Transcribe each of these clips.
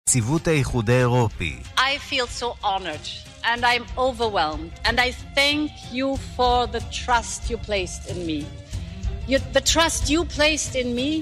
נציבות האיחוד האירופי. I feel so honored and I'm overwhelmed and I thank you for the trust you placed in me. The trust you placed in me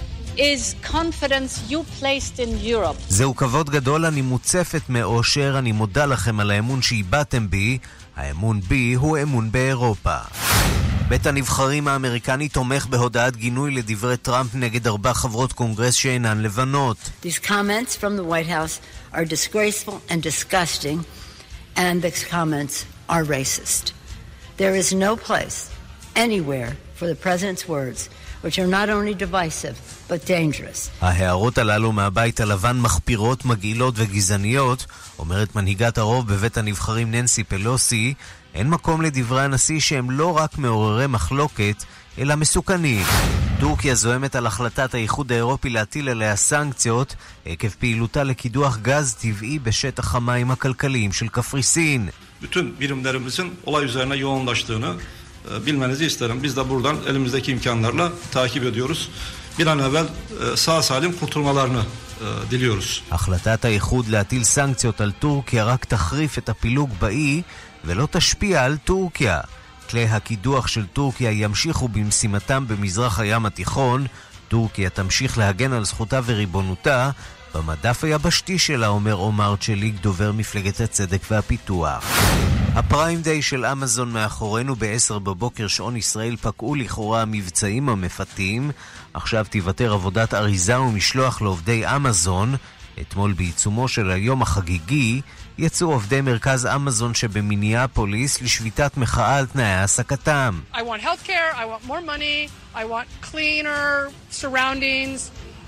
is confidence you placed in Europe. זהו כבוד גדול, אני מוצפת מאושר, אני מודה לכם על האמון שהיבאתם בי. האמון בי הוא אמון באירופה. בית הנבחרים האמריקני תומך בהודעת גינוי לדברי טראמפ נגד 4 חברות קונגרס שאינן לבנות. These comments from the White House are disgraceful and disgusting, and the comments are racist. There is no place anywhere for the president's words, which are not only divisive but dangerous. ההערות הללו מהבית הלבן מחפירות, מגעילות וגזעניות, אומרת מנהיגת הרוב בבית הנבחרים ננסי פלוסי. אין מקום לדברי הנשיא שהם לא רק מעוררי מחלוקת, אלא מסוכנים. טורקיה זוהמת על החלטת האיחוד האירופי להטיל עליה סנקציות עקב פעילותה לקידוח גז טבעי בשטח המים הכלכליים של קפריסין. Bütün birimlerimizin olay üzerine yoğunlaştığını bilmenizi isterim. Biz de buradan elimizdeki imkanlarla takip ediyoruz. Bir an evvel sağ salim kurtulmalarını diliyoruz. החלטת האיחוד להטיל סנקציות על טורקיה רק תחריף את הפילוג באי ולא תשפיע על טורקיה. כלי הקידוח של טורקיה ימשיכו במשימתם במזרח הים התיכון. טורקיה תמשיך להגן על זכותה וריבונותה במדף היבשתי שלה, אומר עומר צ'ליק, דובר מפלגת הצדק והפיתוח. הפריים דיי של אמזון מאחורינו. ב-10 בבוקר שעון ישראל פקעו לכאורה המבצעים המפתים. עכשיו תיוותר עבודת אריזה ומשלוח לעובדי אמזון. אתמול בעיצומו של היום החגיגי יצאו עובדי מרכז אמזון שבמיניאפוליס לשביתת מחאה על תנאי העסקתם. I want healthcare, I want more money, I want cleaner surroundings,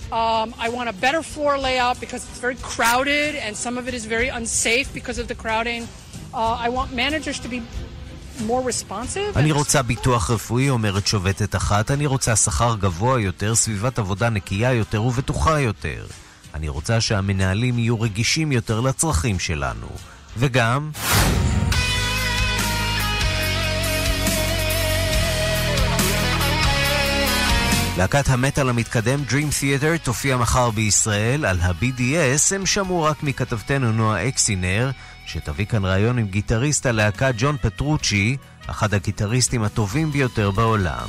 I want a better floor layout because it's very crowded and some of it is very unsafe because of the crowding. I want managers to be more responsive. אני רוצה ביטוח רפואי, אומרת שובתת אחת. אני רוצה שכר גבוה יותר, סביבת עבודה נקייה יותר ובטוחה יותר. אני רוצה שהמנהלים יהיו רגישים יותר לצרכים שלנו. וגם להקת המטל המתקדם Dream Theater תופיע מחר בישראל. על ה-BDS הם שמעו רק מכתבתנו נועה אקסינר, שתביא כאן ראיון עם גיטריסט הלהקה ג'ון פטרוצ'י, אחד הגיטריסטים הטובים ביותר בעולם.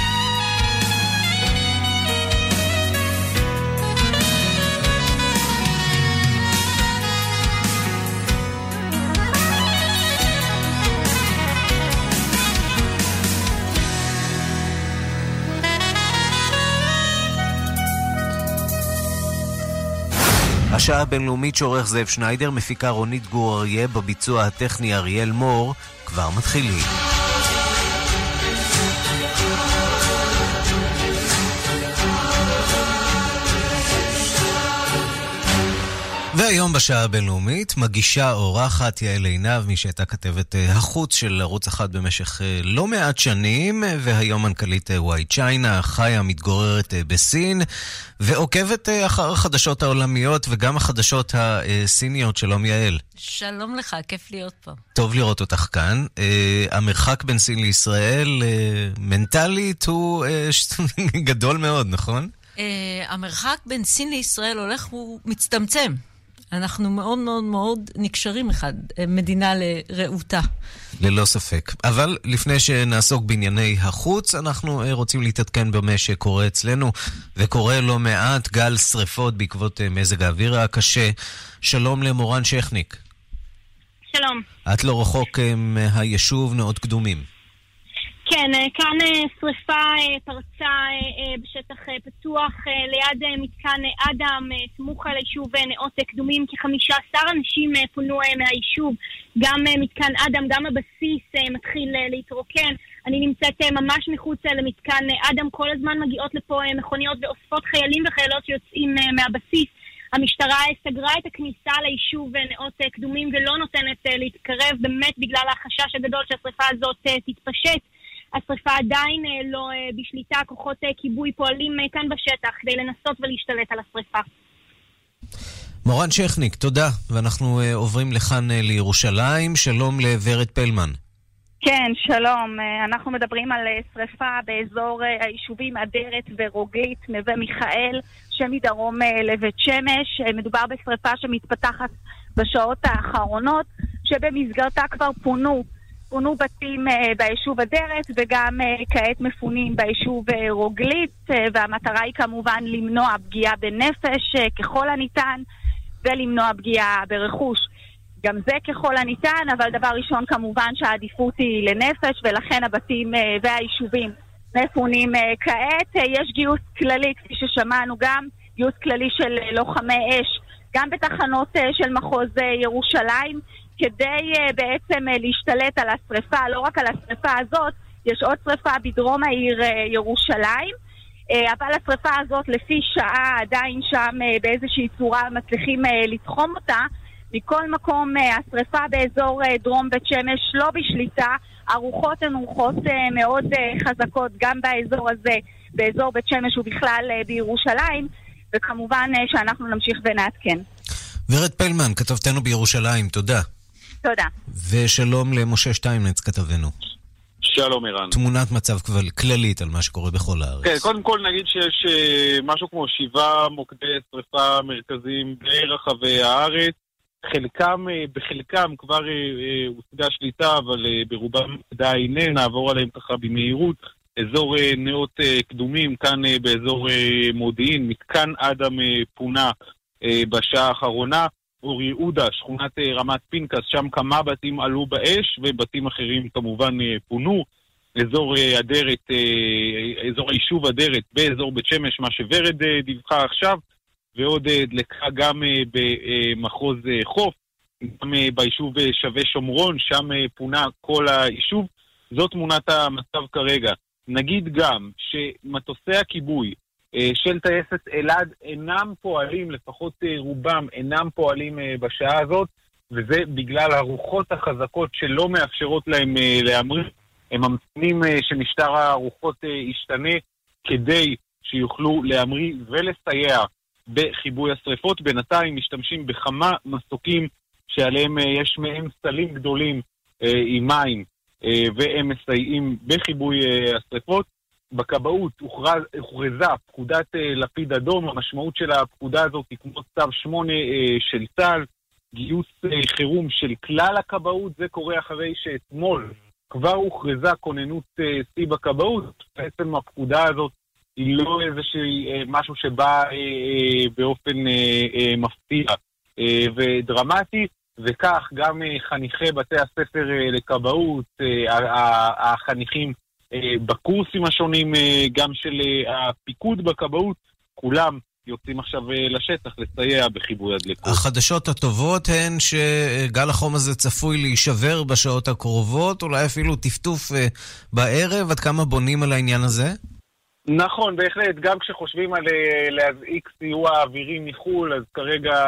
השעה הבינלאומית שעורך זאב שניידר, מפיקה רונית גור אריה, בביצוע הטכני אריאל מור. כבר מתחילים. והיום בשעה הבינלאומית מגישה אורחת יעל עינב, מי שהייתה כתבת החוץ של ערוץ אחד במשך לא מעט שנים, והיום מנכ"לית וואי צ'יינה, חיה מתגוררת בסין, ועוקבת אחר החדשות העולמיות וגם החדשות הסיניות. שלום יעל. שלום לך, כיף להיות פה. טוב לראות אותך כאן. המרחק בין סין לישראל מנטלית הוא גדול מאוד, נכון? המרחק בין סין לישראל הולך ומצטמצם. אנחנו מאוד מאוד מאוד נקשרים אחד, מדינה לרעותה. ללא ספק. אבל לפני שנעסוק בענייני החוץ, אנחנו רוצים להתעדכן במה שקורה אצלנו, וקורה לא מעט גל שריפות בעקבות מזג האוויר הקשה. שלום למורן שכניק. שלום. את לא רחוק מהיישוב נאות קדומים. כן, כאן שריפה פרצה בשטח פתוח ליד מתקן אדם, סמוך ליישוב נאות קדומים. כ-15 אנשים פונו מהיישוב, גם מתקן אדם, גם הבסיס מתחיל להתרוקן. אני נמצאת ממש מחוץ למתקן אדם, כל הזמן מגיעות לפה מכוניות ואוספות חיילים וחיילות שיוצאים מהבסיס. המשטרה סגרה את הכניסה ליישוב נאות קדומים ולא נותנת להתקרב, באמת בגלל החשש הגדול שהשריפה הזאת תתפשט. השריפה עדיין לא בשליטה, כוחות כיבוי פועלים כאן בשטח כדי לנסות ולהשתלט על השריפה. מורן שכניק, תודה. ואנחנו עוברים לכאן לירושלים. שלום לוורד פלמן. כן, שלום. אנחנו מדברים על שריפה באזור היישובים אדרת ורוגית, נווה מיכאל, שמדרום לבית שמש. מדובר בשריפה שמתפתחת בשעות האחרונות, שבמסגרתה כבר פונו בתים ביישוב אדרת, וגם כעת מפונים ביישוב רוגלית, והמטרה היא כמובן למנוע פגיעה בנפש ככל הניתן, ולמנוע פגיעה ברכוש. גם זה ככל הניתן, אבל דבר ראשון כמובן שהעדיפות היא לנפש, ולכן הבתים והיישובים מפונים כעת. יש גיוס כללי, כפי ששמענו, גם גיוס כללי של לוחמי אש, גם בתחנות של מחוז ירושלים, כדי בעצם להשתלט על השריפה. לא רק על השריפה הזאת, יש עוד שריפה בדרום העיר ירושלים, אבל השריפה הזאת לפי שעה עדיין שם באיזושהי צורה מצליחים לתחום אותה. מכל מקום, השריפה באזור דרום בית שמש לא בשליטה, הרוחות הן רוחות מאוד חזקות גם באזור הזה, באזור בית שמש ובכלל בירושלים, וכמובן שאנחנו נמשיך ונעדכן. ורד פלמן, כתבתנו בירושלים, תודה. תודה. ושלום למשה שטיינמץ, כתבנו. שלום ערן. תמונת מצב כללית על מה שקורה בכל הארץ. כן, קודם כל נגיד שיש משהו כמו 7 מוקדי שריפה מרכזיים ברחבי הארץ. בחלקם כבר הושגה שליטה, אבל ברובם עדיין נעבור עליהם ככה במהירות. אזור נאות קדומים, כאן באזור מודיעין, מתקן אדם פונה בשעה האחרונה. אור יהודה, שכונת רמת פינקס, שם כמה בתים עלו באש, ובתים אחרים כמובן פונו. אזור אדרת, אזור היישוב אדרת, באזור בית שמש, מה שוורד דיווחה עכשיו, ועוד דלקה גם במחוז חוף, גם ביישוב שווה שומרון, שם פונה כל היישוב. זאת תמונת המצב כרגע. נגיד גם שמטוסי הכיבוי של טייסת אלעד אינם פועלים, לפחות רובם אינם פועלים בשעה הזאת, וזה בגלל הרוחות החזקות שלא מאפשרות להם להמריא. הם ממתינים שמשטר הרוחות ישתנה כדי שיוכלו להמריא ולסייע בחיבוי השריפות. בינתיים משתמשים בכמה מסוקים שעליהם יש מהם סלים גדולים עם מים, והם מסייעים בחיבוי השריפות. בכבאות הוכרזה פקודת לפיד אדום. המשמעות של הפקודה הזאת היא כמו צו 8 של צה"ל, גיוס חירום של כלל הכבאות. זה קורה אחרי שאתמול כבר הוכרזה כוננות שיא בכבאות. בעצם הפקודה הזאת היא לא איזושהי משהו שבא באופן מפתיע ודרמטי, וכך גם חניכי בתי הספר לכבאות, החניכים בקורסים השונים גם של הפיקוד בכבאות, כולם יוצאים עכשיו לשטח לסייע בחיבוי הדלקות. החדשות הטובות הן שגל החום הזה צפוי להישבר בשעות הקרובות, אולי אפילו טפטוף בערב. עד כמה בונים על העניין הזה? נכון, בהחלט. גם כשחושבים על להזעיק סיוע אווירי מחול, אז כרגע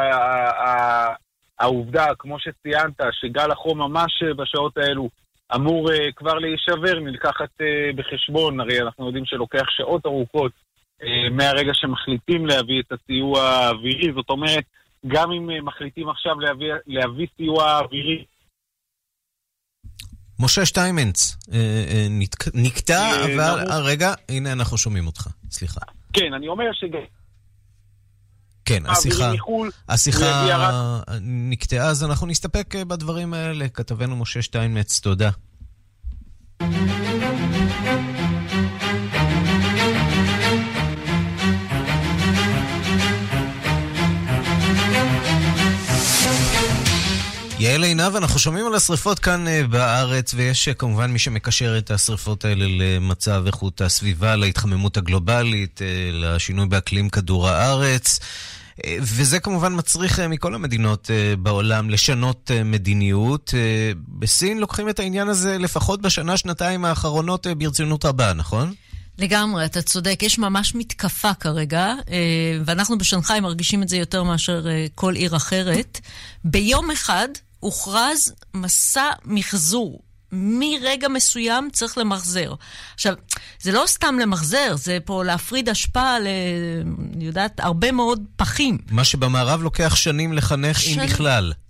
העובדה, כמו שציינת, שגל החום ממש בשעות האלו אמור כבר להישבר, נלקחת בחשבון. הרי אנחנו יודעים שלוקח שעות ארוכות מהרגע שמחליטים להביא את הסיוע האווירי. זאת אומרת, גם אם מחליטים עכשיו להביא סיוע אווירי, משה שטיינמץ, נקטע, אבל רגע, הנה אנחנו שומעים אותך, סליחה. כן, אני אומר שגם כן, השיחה נקטעה, אז אנחנו נסתפק בדברים האלה. כתבנו משה שטיינמץ, תודה. יעל עינב, אנחנו שומעים על השריפות כאן בארץ, ויש כמובן מי שמקשר את השריפות האלה למצב איכות הסביבה, להתחממות הגלובלית, לשינוי באקלים כדור הארץ, וזה כמובן מצריך מכל המדינות בעולם לשנות מדיניות. בסין לוקחים את העניין הזה לפחות בשנה-שנתיים האחרונות ברצינות רבה, נכון? לגמרי, אתה צודק, יש ממש מתקפה כרגע, ואנחנו בשנגחאי מרגישים את זה יותר מאשר כל עיר אחרת. ביום אחד הוכרז מסע מחזור. מרגע מסוים צריך למחזר. עכשיו, זה לא סתם למחזר, זה פה להפריד השפעה אני יודעת, הרבה מאוד פחים. מה שבמערב לוקח שנים לחנך אם בכלל.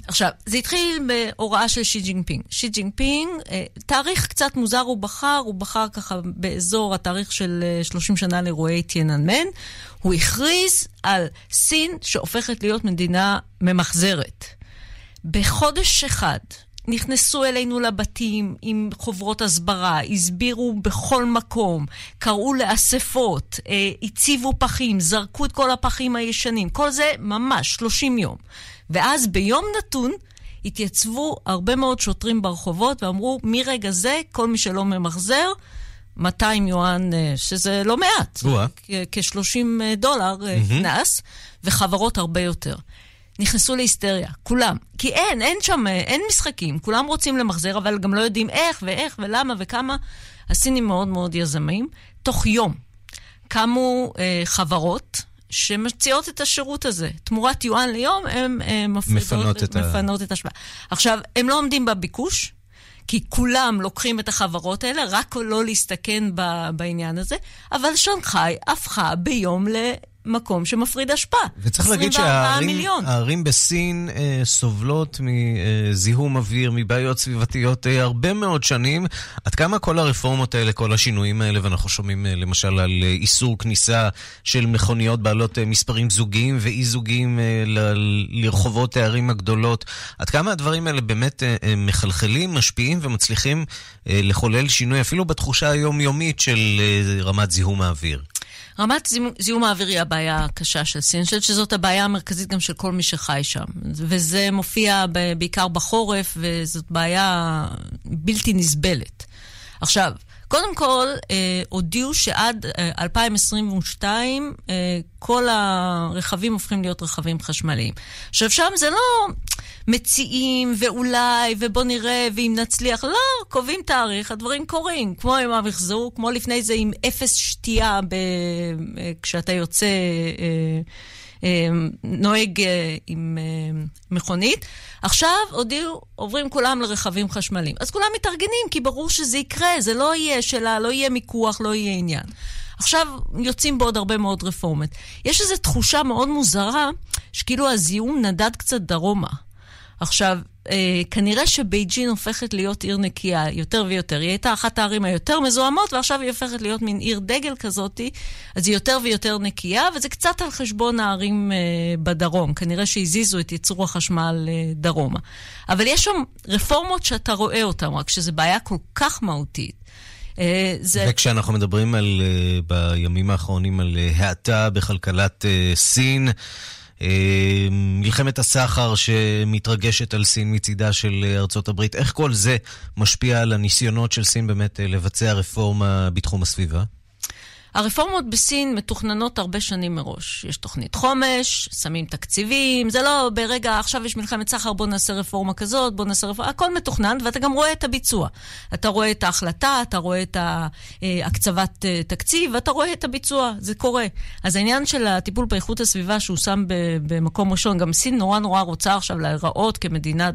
עכשיו, זה התחיל בהוראה של שי ג'ינפינג. שי ג'ינפינג, תאריך קצת מוזר הוא בחר ככה באזור התאריך של 30 שנה לאירועי טיאננמן, הוא הכריז על סין שהופכת להיות מדינה ממחזרת. בחודש אחד נכנסו אלינו לבתים עם חוברות הסברה, הסבירו בכל מקום, קראו לאספות, הציבו פחים, זרקו את כל הפחים הישנים, כל זה ממש 30 יום. ואז ביום נתון התייצבו הרבה מאוד שוטרים ברחובות ואמרו, מרגע זה כל מי שלא ממחזר, 200 יואן, שזה לא מעט, כ$30 קנס, וחברות הרבה יותר. נכנסו להיסטריה, כולם. כי אין משחקים, כולם רוצים למחזר, אבל גם לא יודעים איך ואיך ולמה וכמה. הסינים מאוד מאוד יזמים. תוך יום קמו חברות שמציעות את השירות הזה. תמורת יואן ליום, הם מפנות את השוואה. עכשיו, הם לא עומדים בביקוש, כי כולם לוקחים את החברות האלה, רק לא להסתכן בעניין הזה, אבל שנגחאי הפכה ביום מקום שמפריד השפעה. וצריך להגיד שהערים בסין סובלות מזיהום אוויר, מבעיות סביבתיות הרבה מאוד שנים. עד כמה כל הרפורמות האלה, כל השינויים האלה, ואנחנו שומעים למשל על איסור כניסה של מכוניות בעלות מספרים זוגיים ואי זוגיים לרחובות הערים הגדולות, עד כמה הדברים האלה באמת מחלחלים, משפיעים ומצליחים לחולל שינוי אפילו בתחושה היומיומית של רמת זיהום האוויר? רמת זיהום האוויר היא הבעיה הקשה של סין. אני חושבת שזאת הבעיה המרכזית גם של כל מי שחי שם. וזה מופיע בעיקר בחורף, וזאת בעיה בלתי נסבלת. עכשיו, קודם כל, הודיעו שעד 2022 כל הרכבים הופכים להיות רכבים חשמליים. עכשיו, שם זה לא מציעים ואולי ובוא נראה ואם נצליח. לא, קובעים תאריך, הדברים קורים. כמו עם המחזור, כמו לפני זה עם אפס שתייה כשאתה יוצא נוהג עם מכונית. עכשיו עוברים כולם לרכבים חשמליים. אז כולם מתארגנים, כי ברור שזה יקרה, זה לא יהיה שאלה, לא יהיה מיקוח, לא יהיה עניין. עכשיו יוצאים בעוד הרבה מאוד רפורמות. יש איזו תחושה מאוד מוזרה, שכאילו הזיהום נדד קצת דרומה. עכשיו, כנראה שבייג'ין הופכת להיות עיר נקייה יותר ויותר. היא הייתה אחת הערים היותר מזוהמות, ועכשיו היא הופכת להיות מין עיר דגל כזאת, אז היא יותר ויותר נקייה, וזה קצת על חשבון הערים בדרום. כנראה שהזיזו את ייצור החשמל דרומה. אבל יש שם רפורמות שאתה רואה אותן, רק שזה בעיה כל כך מהותית. וכשאנחנו מדברים בימים האחרונים על האטה בכלכלת סין, מלחמת הסחר שמתרגשת על סין מצידה של ארצות הברית, איך כל זה משפיע על הניסיונות של סין באמת לבצע רפורמה בתחום הסביבה? הרפורמות בסין מתוכננות הרבה שנים מראש. יש תוכנית חומש, שמים תקציבים, זה לא ברגע, עכשיו יש מלחמת סחר, בוא נעשה רפורמה כזאת, בוא נעשה רפורמה, הכל מתוכנן, ואתה גם רואה את הביצוע. אתה רואה את ההחלטה, אתה רואה את הקצבת תקציב, ואתה רואה את הביצוע, זה קורה. אז העניין של הטיפול באיכות הסביבה שהוא שם במקום ראשון, גם סין נורא נורא רוצה עכשיו להיראות כמדינה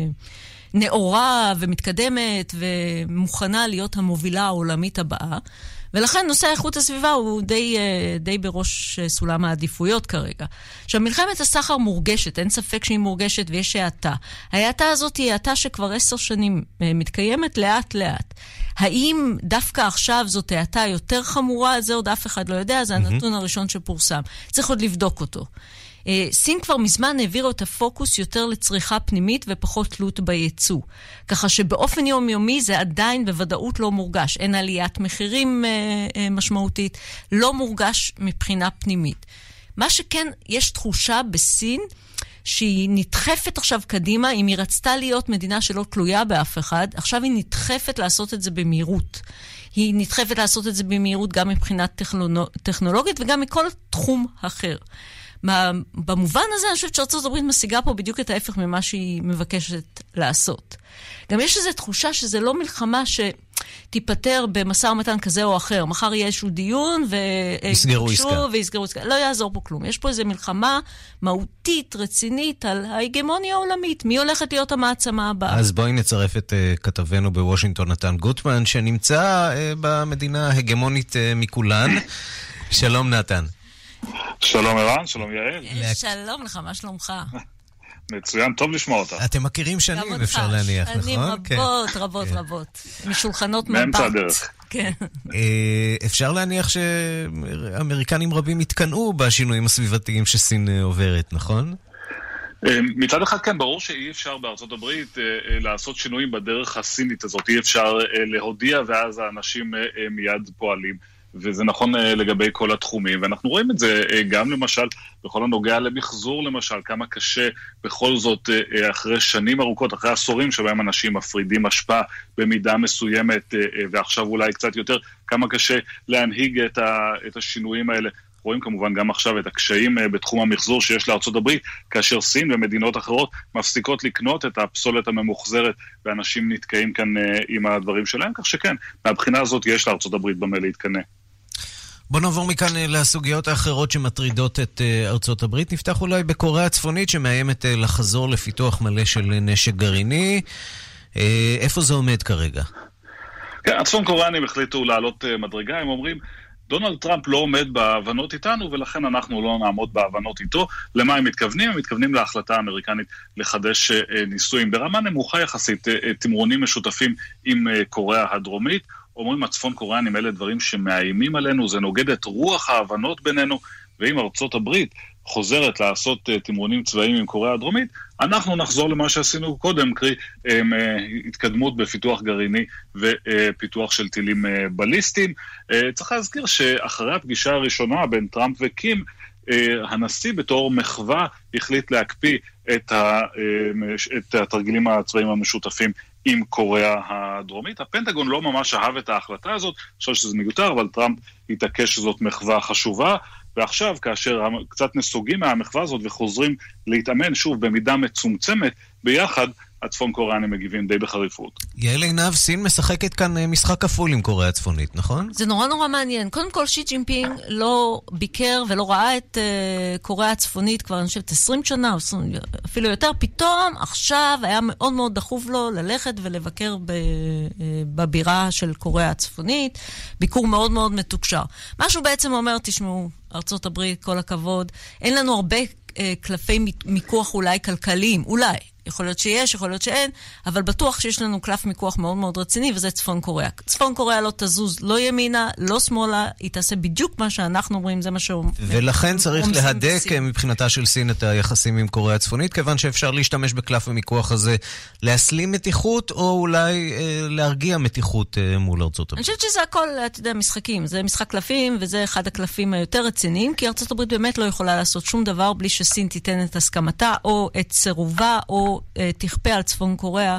נאורה ומתקדמת ומוכנה להיות המובילה העולמית הבאה. ולכן נושא איכות הסביבה הוא די בראש סולם העדיפויות כרגע. עכשיו, מלחמת הסחר מורגשת, אין ספק שהיא מורגשת ויש האטה. ההאטה הזאת היא האטה שכבר 10 שנים מתקיימת לאט לאט. האם דווקא עכשיו זאת האטה יותר חמורה? זה עוד אף אחד לא יודע, זה הנתון הראשון שפורסם. צריך עוד לבדוק אותו. סין כבר מזמן העבירה את הפוקוס יותר לצריכה פנימית ופחות תלות בייצוא. ככה שבאופן יומיומי זה עדיין בוודאות לא מורגש. אין עליית מחירים משמעותית, לא מורגש מבחינה פנימית. מה שכן, יש תחושה בסין שהיא נדחפת עכשיו קדימה, אם היא רצתה להיות מדינה שלא תלויה באף אחד, עכשיו היא נדחפת לעשות את זה במהירות. היא נדחפת לעשות את זה במהירות גם מבחינת טכנולוגית וגם מכל תחום אחר. במובן הזה אני חושבת שארצות הברית משיגה פה בדיוק את ההפך ממה שהיא מבקשת לעשות. גם יש איזו תחושה שזה לא מלחמה שתיפטר במשא ומתן כזה או אחר. מחר יהיה איזשהו דיון ויסגרו עסקה. לא יעזור פה כלום. יש פה איזו מלחמה מהותית, רצינית, על ההגמוניה העולמית. מי הולכת להיות המעצמה הבאה? אז בואי נצרף את כתבנו בוושינגטון נתן גוטמן, שנמצא במדינה הגמונית מכולן. שלום נתן. שלום ערן, שלום יעל. שלום לך, מה שלומך? מצוין, טוב לשמוע אותך. אתם מכירים שנים, אפשר להניח, נכון? שנים רבות. משולחנות מבט. מאמצע הדרך. כן. אפשר להניח שאמריקנים רבים התקנאו בשינויים הסביבתיים שסין עוברת, נכון? מצד אחד כן, ברור שאי אפשר בארצות הברית לעשות שינויים בדרך הסינית הזאת, אי אפשר להודיע ואז האנשים מיד פועלים, וזה נכון לגבי כל התחומים, ואנחנו רואים את זה גם למשל בכל הנוגע למחזור למשל, כמה קשה בכל זאת אחרי שנים ארוכות, אחרי עשורים שבהם אנשים מפרידים אשפה במידה מסוימת, ועכשיו אולי קצת יותר, כמה קשה להנהיג את השינויים האלה. רואים כמובן גם עכשיו את הקשיים בתחום המחזור שיש לארצות הברית, כאשר סין ומדינות אחרות מפסיקות לקנות את הפסולת הממוחזרת, ואנשים נתקעים כאן עם הדברים שלהם, כך שכן, מהבחינה הזאת יש לארצות הברית במה להתקנא. בוא נעבור מכאן לסוגיות האחרות שמטרידות את ארצות הברית. נפתח אולי בקוריאה הצפונית שמאיימת לחזור לפיתוח מלא של נשק גרעיני. איפה זה עומד כרגע? כן, הצפון קוריאנים החליטו לעלות מדרגה, הם אומרים, דונלד טראמפ לא עומד בהבנות איתנו, ולכן אנחנו לא נעמוד בהבנות איתו. למה הם מתכוונים? הם מתכוונים להחלטה האמריקנית לחדש ניסויים ברמה נמוכה יחסית, תמרונים משותפים עם קוריאה הדרומית. אומרים הצפון קוריאנים, אלה דברים שמאיימים עלינו, זה נוגד את רוח ההבנות בינינו, ואם ארצות הברית חוזרת לעשות תמרונים צבאיים עם קוריאה הדרומית, אנחנו נחזור למה שעשינו קודם, קרי התקדמות בפיתוח גרעיני ופיתוח של טילים בליסטיים. צריך להזכיר שאחרי הפגישה הראשונה בין טראמפ וקים, הנשיא בתור מחווה החליט להקפיא את התרגילים הצבאיים המשותפים עם קוריאה הדרומית. הפנטגון לא ממש אהב את ההחלטה הזאת, חושב שזה מיותר, אבל טראמפ התעקש שזאת מחווה חשובה, ועכשיו כאשר קצת נסוגים מהמחווה הזאת וחוזרים להתאמן שוב במידה מצומצמת ביחד, הצפון קוריאנים מגיבים די בחריפות. יעל עינב, סין משחקת כאן משחק כפול עם קוריאה הצפונית, נכון? זה נורא מעניין. קודם כל, שי ג'ינפינג לא ביקר ולא ראה את קוריאה הצפונית כבר, אני חושבת, 20 שנה, אפילו יותר. פתאום, עכשיו, היה מאוד מאוד דחוף לו ללכת ולבקר בבירה של קוריאה הצפונית. ביקור מאוד מאוד מתוקשר. משהו בעצם אומר, תשמעו, ארצות הברית, כל הכבוד, אין לנו הרבה קלפי מיקוח אולי כלכליים, אולי. יכול להיות שיש, יכול להיות שאין, אבל בטוח שיש לנו קלף מיקוח מאוד מאוד רציני, וזה צפון קוריאה. צפון קוריאה לא תזוז, לא ימינה, לא שמאלה, היא תעשה בדיוק מה שאנחנו אומרים, זה מה שהוא... ולכן צריך להדק מבחינתה של סין את היחסים עם קוריאה הצפונית, כיוון שאפשר להשתמש בקלף המיקוח הזה, להסלים מתיחות, או אולי להרגיע מתיחות מול ארצות הברית. אני חושבת שזה הכל, אתה יודע, משחקים. זה משחק קלפים, וזה אחד הקלפים היותר רציניים, כי ארצות הברית באמת לא יכולה לעשות שום דבר בלי שסין תיתן את הסכמתה, או את סירובה, או תכפה על צפון קוריאה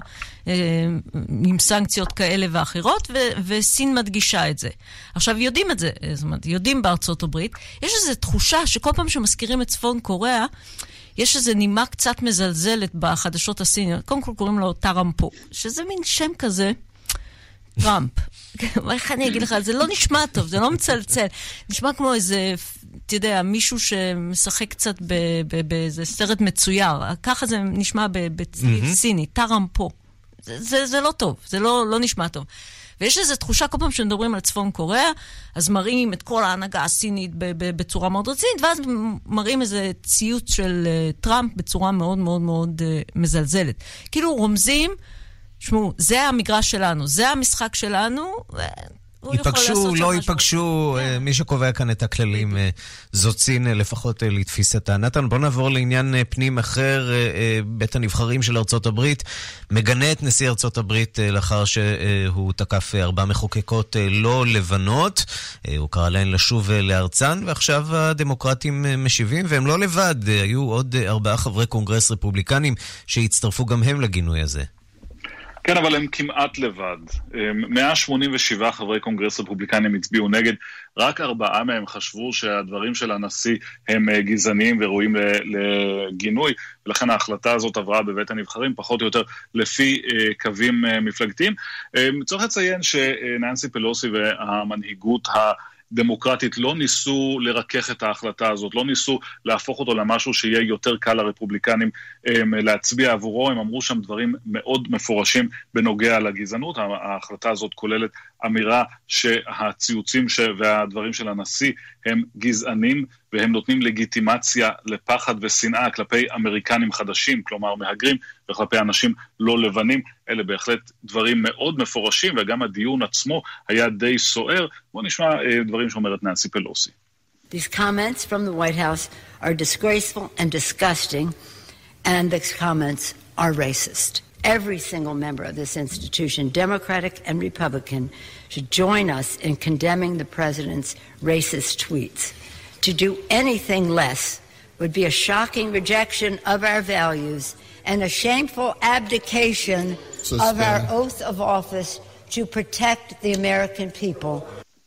עם סנקציות כאלה ואחרות, וסין מדגישה את זה. עכשיו, יודעים את זה, זאת אומרת, יודעים בארצות הברית. יש איזו תחושה שכל פעם שמזכירים את צפון קוריאה, יש איזו נימה קצת מזלזלת בחדשות הסיניות. קודם כל קוראים לו טראמפו, שזה מין שם כזה, טראמפ. איך אני אגיד לך, זה לא נשמע טוב, זה לא מצלצל. נשמע כמו איזה... אתה יודע, מישהו שמשחק קצת באיזה סרט מצויר. ככה זה נשמע בצליל סיני, טראמפו. זה לא טוב, זה לא נשמע טוב. ויש איזו תחושה, כל פעם שמדברים על צפון קוריאה, אז מראים את כל ההנהגה הסינית בצורה מאוד רצינית, ואז מראים איזה ציוץ של טראמפ בצורה מאוד מאוד מאוד מזלזלת. כאילו רומזים, שמעו, זה המגרש שלנו, זה המשחק שלנו, ייפגשו, לא ייפגשו, מי שקובע כאן את הכללים זאת סין, לפחות לתפיסתה. נתן, בוא נעבור לעניין פנים אחר. בית הנבחרים של ארצות הברית מגנה את נשיא ארצות הברית לאחר שהוא תקף 4 מחוקקות לא לבנות, הוא קרא להן לשוב לארצן, ועכשיו הדמוקרטים משיבים, והם לא לבד, היו עוד 4 חברי קונגרס רפובליקנים שהצטרפו גם הם לגינוי הזה. כן, אבל הם כמעט לבד. 187 חברי קונגרס רפובליקנים הצביעו נגד, רק 4 מהם חשבו שהדברים של הנשיא הם גזעניים וראויים לגינוי, ולכן ההחלטה הזאת עברה בבית הנבחרים, פחות או יותר לפי קווים מפלגתיים. צריך לציין שננסי פלוסי והמנהיגות דמוקרטית לא ניסו לרכך את ההחלטה הזאת, לא ניסו להפוך אותו למשהו שיהיה יותר קל לרפובליקנים להצביע עבורו. הם אמרו שם דברים מאוד מפורשים בנוגע לגזענות. ההחלטה הזאת כוללת אמירה שהציוצים והדברים של הנשיא הם גזענים, והם נותנים לגיטימציה לפחד ושנאה כלפי אמריקנים חדשים, כלומר מהגרים, וכלפי אנשים לא לבנים. אלה בהחלט דברים מאוד מפורשים, וגם הדיון עצמו היה די סוער. בואו נשמע דברים שאומרת ננסי פלוסי. These comments from the White House are disgraceful and disgusting, and the comments are racist. Every single member of this institution, Democratic and Republican, should join us in condemning the president's racist tweets. To do anything less would be a shocking rejection of our values and a shameful abdication of our oath of office to protect the American people.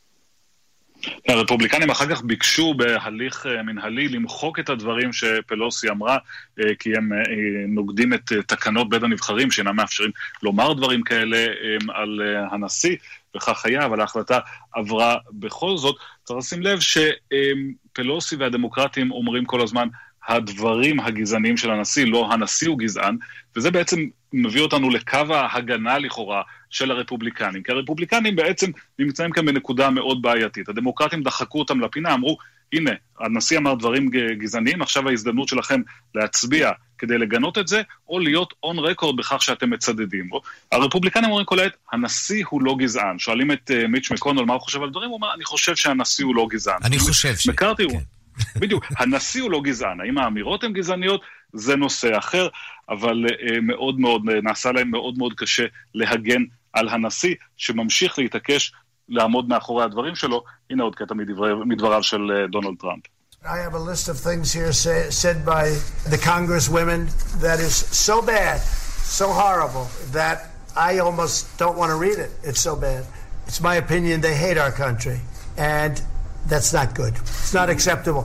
הרפובליקנים אחר כך ביקשו בהליך מנהלי למחוק את הדברים שפלוסי אמרה, כי הם נוגדים את תקנות בית הנבחרים שאינם מאפשרים לומר דברים כאלה על הנשיא, וכך היה, אבל ההחלטה עברה בכל זאת. צריך לשים לב שפלוסי והדמוקרטים אומרים כל הזמן הדברים הגזעניים של הנשיא, לא הנשיא הוא גזען, וזה בעצם מביא אותנו לקו ההגנה לכאורה של הרפובליקנים, כי הרפובליקנים בעצם נמצאים כאן בנקודה מאוד בעייתית. הדמוקרטים דחקו אותם לפינה, אמרו, הנה, הנשיא אמר דברים גזעניים, עכשיו ההזדמנות שלכם להצביע כדי לגנות את זה, או להיות און רקורד בכך שאתם מצדדים בו. הרפובליקנים אומרים כל העת, הנשיא הוא לא גזען. שואלים את מיץ' מקונל מה הוא חושב על דברים, הוא אומר, אני חושב שהנשיא הוא לא גזען. אני חושב ש... מקארתי הוא... בדיוק, הנשיא הוא לא גזען. האם האמירות הן גזעניות? זה נושא אחר, אבל מאוד מאוד, נעשה להם מאוד מאוד קשה להגן על הנשיא, שממשיך להתעקש לעמוד מאחורי הדברים שלו. הנה עוד קטע מדבריו של דונלד טראמפ. I have a list of things here said by the Congresswomen that is so bad, so horrible, that I almost don't want to read it. It's so bad. It's my opinion they hate our country, and that's not good. It's not acceptable.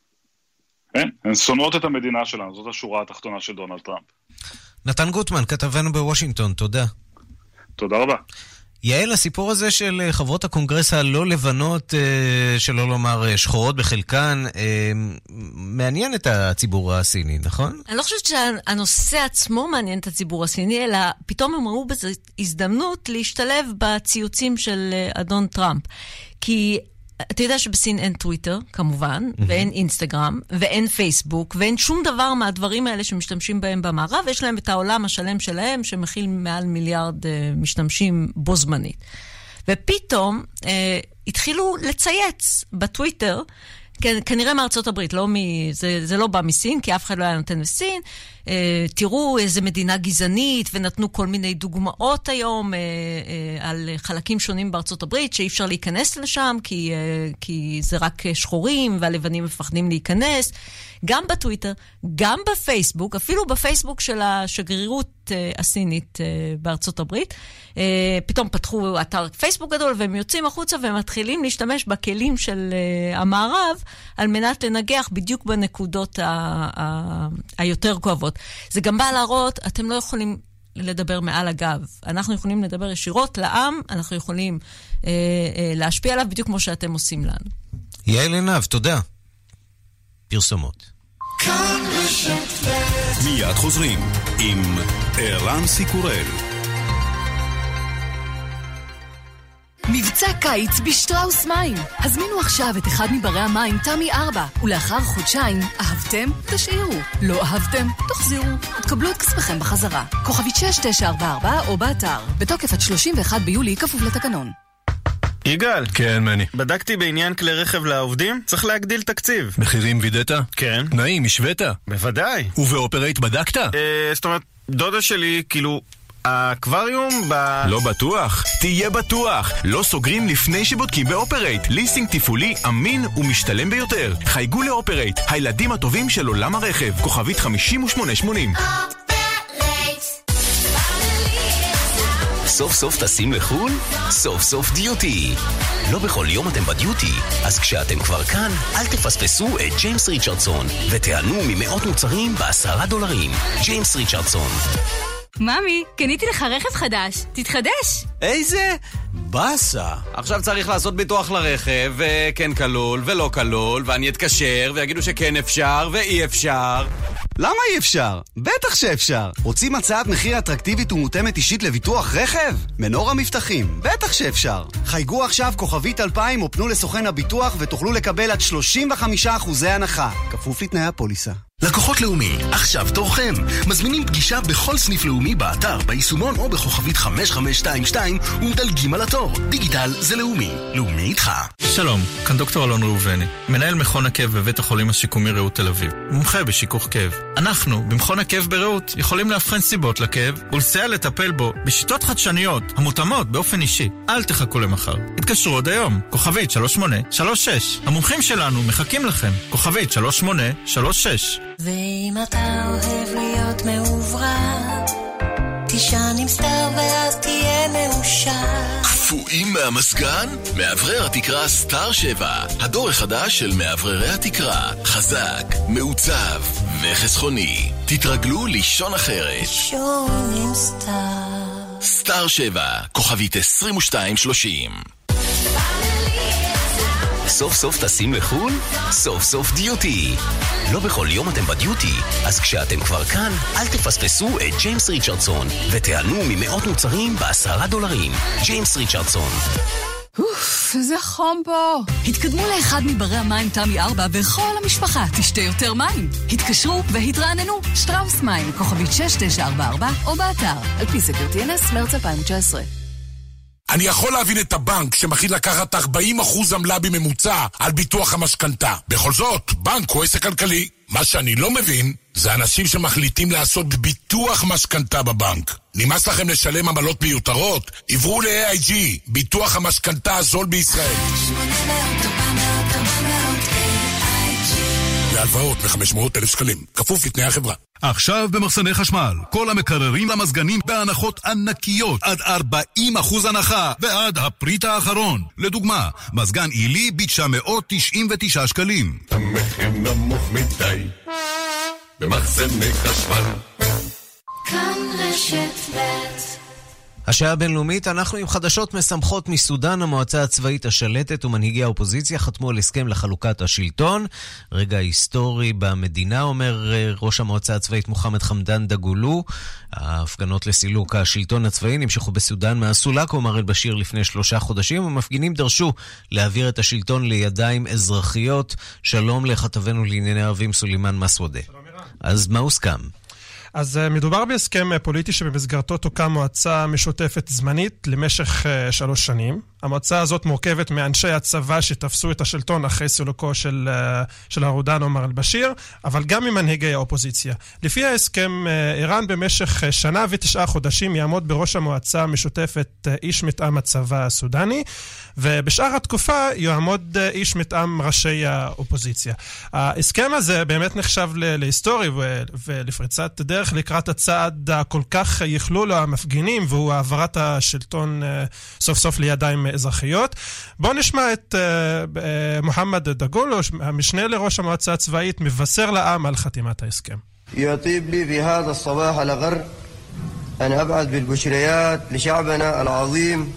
הן שונאות את המדינה שלנו, זאת השורה התחתונה של דונלד טראמפ. נתן גוטמן, כתבנו בוושינגטון, תודה. תודה רבה. יעל, הסיפור הזה של חברות הקונגרס הלא לבנות, שלא לומר שחורות בחלקן, מעניין את הציבור הסיני, נכון? אני לא חושבת שהנושא עצמו מעניין את הציבור הסיני, אלא פתאום הם ראו בזה הזדמנות להשתלב בציוצים של אדון טראמפ. כי אתה יודע שבסין אין טוויטר, כמובן, ואין אינסטגרם, ואין פייסבוק, ואין שום דבר מהדברים האלה שמשתמשים בהם במערב, ויש להם את העולם השלם שלהם, שמכיל מעל מיליארד משתמשים בו זמנית. ופתאום התחילו לצייץ בטוויטר, כנראה מארצות הברית, זה לא בא מסין, כי אף אחד לא היה נותן לסין, תראו איזה מדינה גזענית, ונתנו כל מיני דוגמאות היום על חלקים שונים בארצות הברית, שאי אפשר להיכנס לשם, כי זה רק שחורים, והלבנים מפחדים להיכנס, גם בטוויטר, גם בפייסבוק, אפילו בפייסבוק של השגרירות הסינית בארצות הברית, פתאום פתחו אתר פייסבוק גדול, והם יוצאים החוצה ומתחילים להשתמש בכלים של המערב, על מנת לנגח בדיוק בנקודות היותר כואבות. זה גם בא להראות, אתם לא יכולים לדבר מעל הגב. אנחנו יכולים לדבר ישירות לעם, אנחנו יכולים להשפיע עליו בדיוק כמו שאתם עושים לנו. יעל עינב, תודה. פרסומות. מיד חוזרים עם ערן סיקורל. מבצע קיץ בשטראוס מים. הזמינו עכשיו את אחד מברי המים תמי 4, ולאחר חודשיים, אהבתם? תשאירו. לא אהבתם? תחזירו. ותקבלו את כספכם בחזרה. כוכבית 6944 או באתר. בתוקף עד 31 ביולי כפוף לתקנון. יגאל. כן, מני. בדקתי בעניין כלי רכב לעובדים, צריך להגדיל תקציב. מחירים וידאת? כן. נעים, השווית? בוודאי. ובאופרייט בדקת? זאת אומרת, דודה שלי, כאילו, האקווריום לא בטוח? תהיה בטוח. לא סוגרים לפני שבודקים באופרייט. ליסינג תפעולי אמין ומשתלם ביותר. חייגו לאופרייט, הילדים הטובים של עולם הרכב. כוכבית 5880. סוף סוף טסים לחול? סוף סוף דיוטי. לא בכל יום אתם בדיוטי, אז כשאתם כבר כאן, אל תפספסו את ג'יימס ריצ'רדסון, ותיהנו ממאות מוצרים ב$10. ג'יימס ריצ'רדסון. ממי, קניתי לך רכב חדש, תתחדש. איזה? בסה. עכשיו צריך לעשות ביטוח לרכב, וכן כלול ולא כלול, ואני אתקשר ויגידו שכן אפשר ואי אפשר. למה אי אפשר? בטח שאפשר. רוצים הצעת מחיר אטרקטיבית ומותאמת אישית לביטוח רכב? מנור המבטחים, בטח שאפשר. חייגו עכשיו כוכבית 2000 או פנו לסוכן הביטוח ותוכלו לקבל עד 35% הנחה. כפוף לתנאי הפוליסה. לקוחות לאומי, עכשיו תורכם. מזמינים פגישה בכל סניף לאומי באתר, ביישומון או בכוכבית 5522 ומדלגים על התור. דיגיטל זה לאומי. לאומי איתך. שלום, כאן דוקטור אלון ראובני, מנהל מכון הכאב בבית החולים השיקומי רעות תל אביב, מומחה בשיכוך כאב. אנחנו, במכון הכאב ברעות, יכולים להבחן סיבות לכאב ולסייע לטפל בו בשיטות חדשניות, המותאמות באופן אישי. אל תחכו למחר. התקשרו עוד היום, כוכבית 3836. המומחים שלנו מחכים לכם, כוכבית 3836. ואם אתה אוהב להיות מעוברר, תישן עם סטאר ואז תהיה מאושר. קפואים מהמסגן? מאוורר התקרה סטאר 7, הדור החדש של מאווררי התקרה. חזק, מעוצב וחסכוני. תתרגלו לישון אחרת. לישון עם סטאר. סטאר 7, כוכבית 2230. סוף סוף טסים לחול? סוף סוף דיוטי. לא בכל יום אתם בדיוטי, אז כשאתם כבר כאן, אל תפספסו את ג'יימס ריצ'רדסון, ותיהנו ממאות מוצרים ב$10. ג'יימס ריצ'רדסון. איזה חום פה. התקדמו לאחד מברי המים תמי 4 וכל המשפחה תשתה יותר מים. התקשרו והתרעננו. שטראוס מים, כוכבית 6944 או באתר, על פי סקר TNS מרץ 2019. אני יכול להבין את הבנק שמחליט לקחת 40% עמלה בממוצע על ביטוח המשכנתה. בכל זאת, בנק הוא עסק כלכלי. מה שאני לא מבין זה אנשים שמחליטים לעשות ביטוח משכנתה בבנק. נמאס לכם לשלם עמלות מיותרות? עברו ל-AIG, ביטוח המשכנתה הזול בישראל. להלוואות מ-500,000 שקלים, כפוף לתנאי החברה. עכשיו במחסני חשמל, כל המקררים למזגנים בהנחות ענקיות, עד 40% הנחה, ועד הפריט האחרון. לדוגמה, מזגן אילי ב-999 שקלים. המחיר נמוך מדי, במחסני חשמל. כאן רשת ב'. השעה הבינלאומית, אנחנו עם חדשות משמחות מסודן. המועצה הצבאית השלטת ומנהיגי האופוזיציה חתמו על הסכם לחלוקת השלטון. רגע היסטורי במדינה, אומר ראש המועצה הצבאית מוחמד חמדאן דגולו. ההפגנות לסילוק השלטון הצבאי נמשכו בסודן מאז סולק עומר אל-בשיר לפני 3 חודשים, ומפגינים דרשו להעביר את השלטון לידיים אזרחיות. שלום לכתבנו לענייני ערבים סולימן מסוודה. אז מה הוסכם? אז מדובר בהסכם פוליטי שבמסגרתו תוקם מועצה משותפת זמנית למשך 3 שנים. המועצה הזאת מורכבת מאנשי הצבא שתפסו את השלטון אחרי סילוקו של הרודן עומר אל-בשיר, אבל גם ממנהיגי האופוזיציה. לפי ההסכם, איראן במשך 1 שנה ו9 חודשים יעמוד בראש המועצה המשותפת איש מטעם הצבא הסודני, ובשאר התקופה יעמוד איש מטעם ראשי האופוזיציה. ההסכם הזה באמת נחשב להיסטורי ולפריצת דרך לקראת הצעד הכל כך יכלו לו המפגינים, והוא העברת השלטון סוף סוף לידיים אזרחיות. בואו נשמע את מוחמד דגולו, המשנה לראש המועצה הצבאית, מבשר לעם על חתימת ההסכם. يطيب لي في هذا الصباح الغر أن أبعث بالبشريات لشعبنا العظيم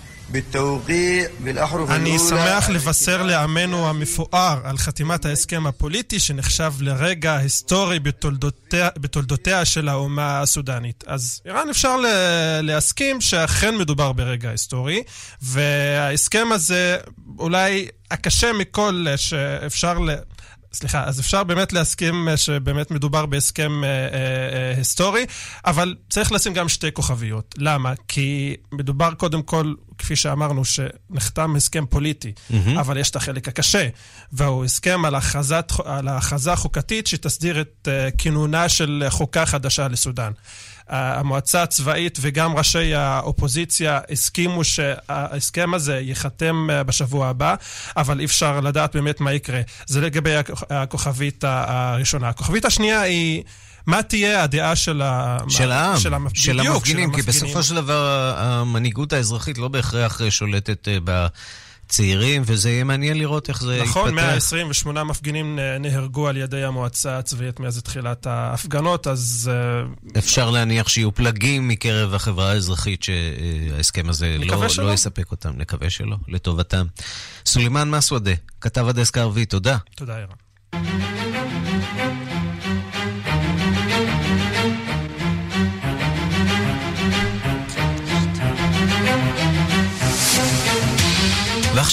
אני שמח לבשר לעמנו המפואר על חתימת ההסכם הפוליטי שנחשב לרגע היסטורי בתולדותיה של האומה הסודנית. אז איראן אפשר להסכים שאכן מדובר ברגע היסטורי, וההסכם הזה אולי הקשה מכל שאפשר אז אפשר באמת להסכים שבאמת מדובר בהסכם היסטורי, אבל צריך לשים גם 2 כוכביות. למה? כי מדובר קודם כל, כפי שאמרנו, שנחתם הסכם פוליטי, אבל יש את החלק הקשה, והוא הסכם על ההכרזה חוקתית שתסדיר את כינונה של חוקה חדשה לסודן. המועצה הצבאית וגם ראשי האופוזיציה הסכימו שההסכם הזה ייחתם בשבוע הבא, אבל אי אפשר לדעת באמת מה יקרה. זה לגבי הכוכבית הראשונה. הכוכבית השנייה היא מה תהיה הדעה של המפגינים, כי בסופו של דבר המנהיגות האזרחית לא בהכרח שולטת צעירים, וזה יהיה מעניין לראות איך זה יתפתח. נכון, 128 מפגינים נהרגו על ידי המועצה הצבאית מאז תחילת ההפגנות, אז אפשר להניח שיהיו פלגים מקרב החברה האזרחית שההסכם הזה לא יספק אותם. נקווה שלא, לטובתם. סולימן מסוודה, כתב הדסק הערבי, תודה. תודה, אירן.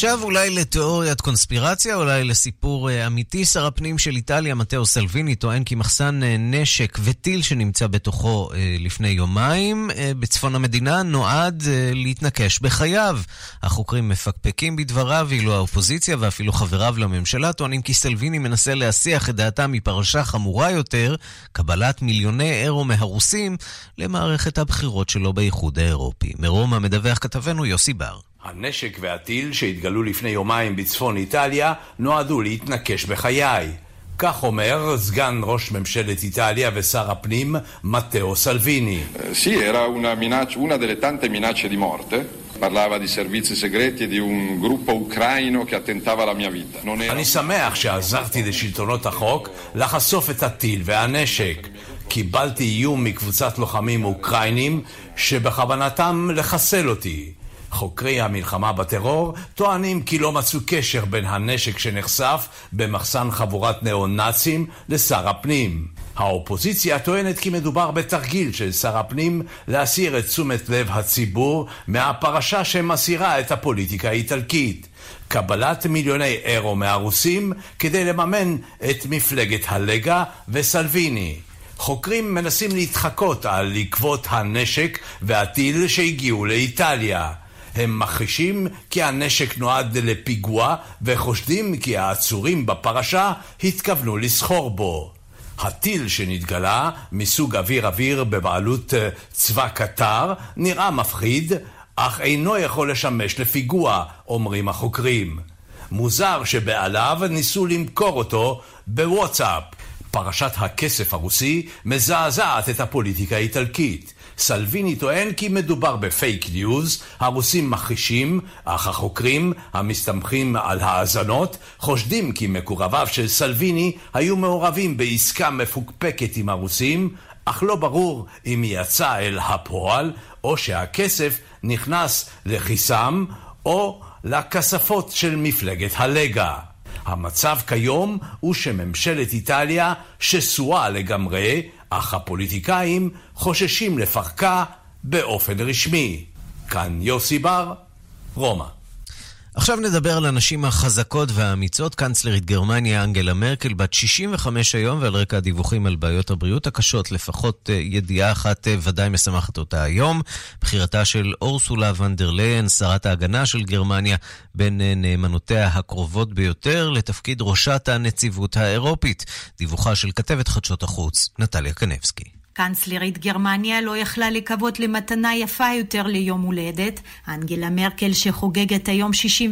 עכשיו אולי לתיאוריית קונספירציה, אולי לסיפור אמיתי. שר הפנים של איטליה, מתאו סלוויני, טוען כי מחסן נשק וטיל שנמצא בתוכו לפני יומיים בצפון המדינה נועד להתנקש בחייו. החוקרים מפקפקים בדבריו, ואילו האופוזיציה ואפילו חבריו לממשלה טוענים כי סלוויני מנסה להסיח את דעתם מפרשה חמורה יותר, קבלת מיליוני אירו מהרוסים למערכת הבחירות שלו באיחוד האירופי. מרומא מדווח כתבנו יוסי בר. הנשק והטיל שהתגלו לפני יומיים בצפון איטליה נועדו להתנקש בחיי. כך אומר סגן ראש ממשלת איטליה ושר הפנים מתאו סלוויני. Sì, era una delle tante minacce di morte. Parlava di servizi segreti e di un gruppo ucraino che attentava alla mia vita. אני שמח שעזרתי לשלטונות החוק לחשוף את הטיל והנשק. קיבלתי איום מקבוצת לוחמים אוקראינים שבכוונתם לחסל אותי. חוקרי המלחמה בטרור טוענים כי לא מצאו קשר בין הנשק שנחשף במחסן חבורת נאו-נאצים לשר הפנים. האופוזיציה טוענת כי מדובר בתרגיל של שר הפנים להסיר את תשומת לב הציבור מהפרשה שמסירה את הפוליטיקה האיטלקית. קבלת מיליוני אירו מהרוסים כדי לממן את מפלגת הלגה וסלוויני. חוקרים מנסים להתחקות על עקבות הנשק והטיל שהגיעו לאיטליה. הם מכחישים כי הנשק נועד לפיגוע וחושדים כי העצורים בפרשה התכוונו לסחור בו. הטיל שנתגלה מסוג אוויר בבעלות צבא קטר נראה מפחיד, אך אינו יכול לשמש לפיגוע, אומרים החוקרים. מוזר שבעליו ניסו למכור אותו בוואטסאפ. פרשת הכסף הרוסי מזעזעת את הפוליטיקה האיטלקית. סלוויני טוען כי מדובר בפייק ניוז, הרוסים מכחישים, אך החוקרים המסתמכים על האזנות חושדים כי מקורביו של סלוויני היו מעורבים בעסקה מפוקפקת עם הרוסים, אך לא ברור אם יצא אל הפועל או שהכסף נכנס לכיסם או לכספות של מפלגת הלגה. המצב כיום הוא שממשלת איטליה שסועה לגמרי, אך הפוליטיקאים חוששים לפרקה באופן רשמי. כאן יוסי בר, רומא. עכשיו נדבר על הנשים החזקות והאמיצות. קנצלרית גרמניה אנגלה מרקל בת 65 היום, ועל רקע הדיווחים על בעיות הבריאות הקשות, לפחות ידיעה אחת ודאי משמחת אותה היום. בחירתה של אורסולה ונדר ליין, שרת ההגנה של גרמניה, בין נאמנותיה הקרובות ביותר לתפקיד ראשת הנציבות האירופית. דיווחה של כתבת חדשות החוץ, נטליה קנבסקי. קנצלרית גרמניה לא יכלה לקוות למתנה יפה יותר ליום הולדת. אנגלה מרקל שחוגגת היום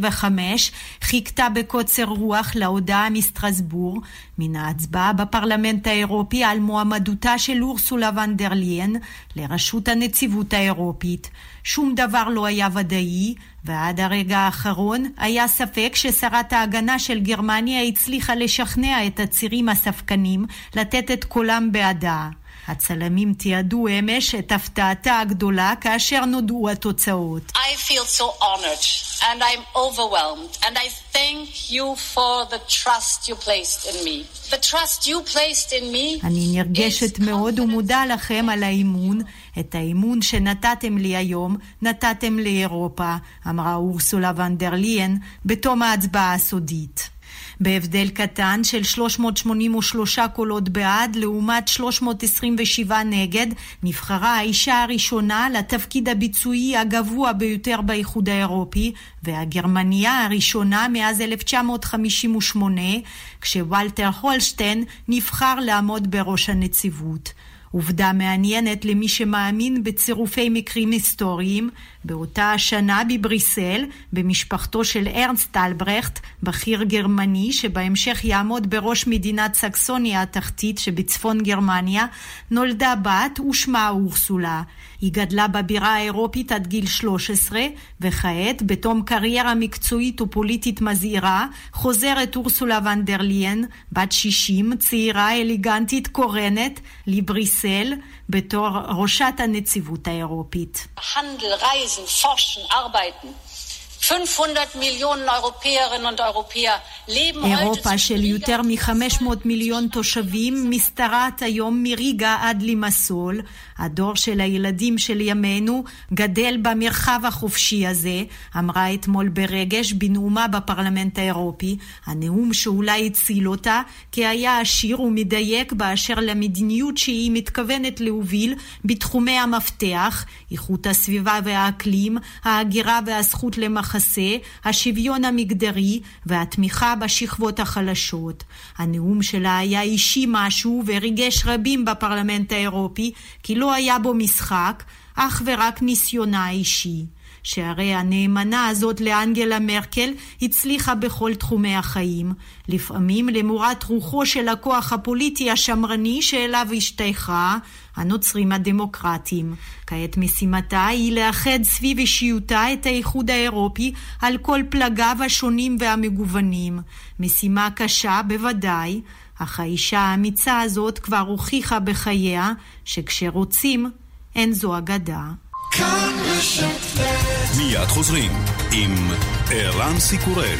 65 חיכתה בקוצר רוח להודעה מסטרסבורג מן ההצבעה בפרלמנט האירופי על מועמדותה של אורסולה ונדר ליין לראשות הנציבות האירופית. שום דבר לא היה ודאי, ועד הרגע האחרון היה ספק ששרת ההגנה של גרמניה הצליחה לשכנע את הצירים הספקנים לתת את קולם בעדה. הצלמים תיעדו אמש את הפתעתה הגדולה כאשר נודעו התוצאות. I feel so honored and I'm overwhelmed and I thank you for the trust you placed in me. The trust you placed in me. אני נרגשת מאוד ומודה לכם על האימון. את האימון שנתתם לי היום נתתם לאירופה, אמרה אורסולה ונדר ליין בתום ההצבעה הסודית. בהבדל קטן של 383 קולות בעד לעומת 327 נגד, נבחרה האישה הראשונה לתפקיד הביצועי הגבוה ביותר באיחוד האירופי, והגרמניה הראשונה מאז 1958, כשוולטר הולשטיין נבחר לעמוד בראש הנציבות. עובדה מעניינת למי שמאמין בצירופי מקרים היסטוריים, באותה השנה בבריסל, במשפחתו של ארנסט אלברכט, בכיר גרמני שבהמשך יעמוד בראש מדינת סקסוניה התחתית שבצפון גרמניה, נולדה בת ושמה אורסולה. היא גדלה בבירה האירופית עד גיל 13, וכעת, בתום קריירה מקצועית ופוליטית מזהירה, חוזרת אורסולה ונדר ליין, בת 60, צעירה, אליגנטית, קורנת, לבריסל, בתור ראשת הנציבות האירופית. Handel, Reisen, Forschen, Arbeiten. 500 Millionen Europäerinnen und Europäer leben heute... אירופה של יותר מ-500 מיליון תושבים משתרעת היום מריגה עד לימסול. הדור של הילדים של ימינו גדל במרחב החופשי הזה, אמרה אתמול ברגש בנאומה בפרלמנט האירופי, הנאום שאולי הציל אותה, כי היה עשיר ומדייק באשר למדיניות שהיא מתכוונת להוביל בתחומי המפתח, איכות הסביבה והאקלים, ההגירה והזכות למחסה, השוויון המגדרי והתמיכה בשכבות החלשות. הנאום שלה היה אישי משהו וריגש רבים בפרלמנט האירופי, כי לא היה בו משחק, אך ורק ניסיונה האישי. שהרי הנאמנה הזאת לאנגלה מרקל הצליחה בכל תחומי החיים, לפעמים למורת רוחו של הכוח הפוליטי השמרני שאליו השתייכה, הנוצרים הדמוקרטיים. כעת משימתה היא לאחד סביב אישיותה את האיחוד האירופי על כל פלגיו השונים והמגוונים. משימה קשה בוודאי, אך האישה האמיצה הזאת כבר הוכיחה בחייה שכשרוצים אין זו אגדה. מיד חוזרים עם ערן סיקורל.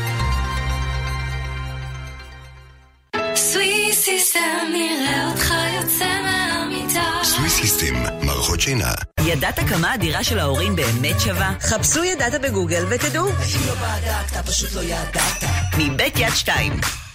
סוויסיסטם, נראה אותך יוצא מהמיטה. סוויסיסטם, מערכות שינה. ידעת כמה הדירה של ההורים באמת שווה? חפשו ידעת בגוגל ותדעו. אם לא בדקת, פשוט לא ידעת. מבית יד 2.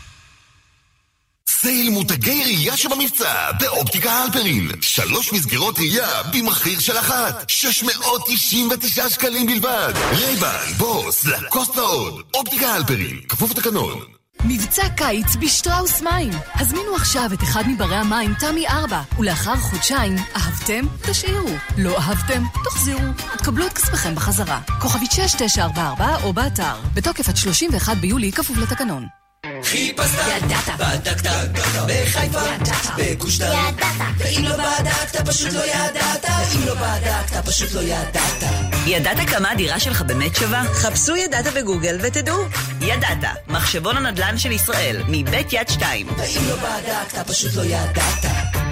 סייל מותגי ראייה שבמבצע באופטיקה הלפרין. 3 מסגרות ראייה במחיר של אחת. 699 שקלים בלבד. רייבן, בוס, לקוסט ועוד. אופטיקה הלפרין, כפוף לתקנון. מבצע קיץ בשטראוס מים. הזמינו עכשיו את אחד מברי המים תמי 4, ולאחר חודשיים, אהבתם? תשאירו. לא אהבתם? תחזירו. תקבלו את כספכם בחזרה. כוכבית 6944 או באתר. בתוקף עד 31 ביולי כפוף לתקנון. חיפשת, ידעת, בדקת, בחיפה, ידעת, בגושדן, ידעת, ואם לא בדקת פשוט לא ידעת, אם לא בדקת פשוט לא ידעת. ידעת כמה הדירה שלך באמת שווה? חפשו ידעת בגוגל ותדעו. ידעת, מחשבון הנדל"ן של ישראל, מבית יד 2. ואם לא בדקת פשוט לא ידעת.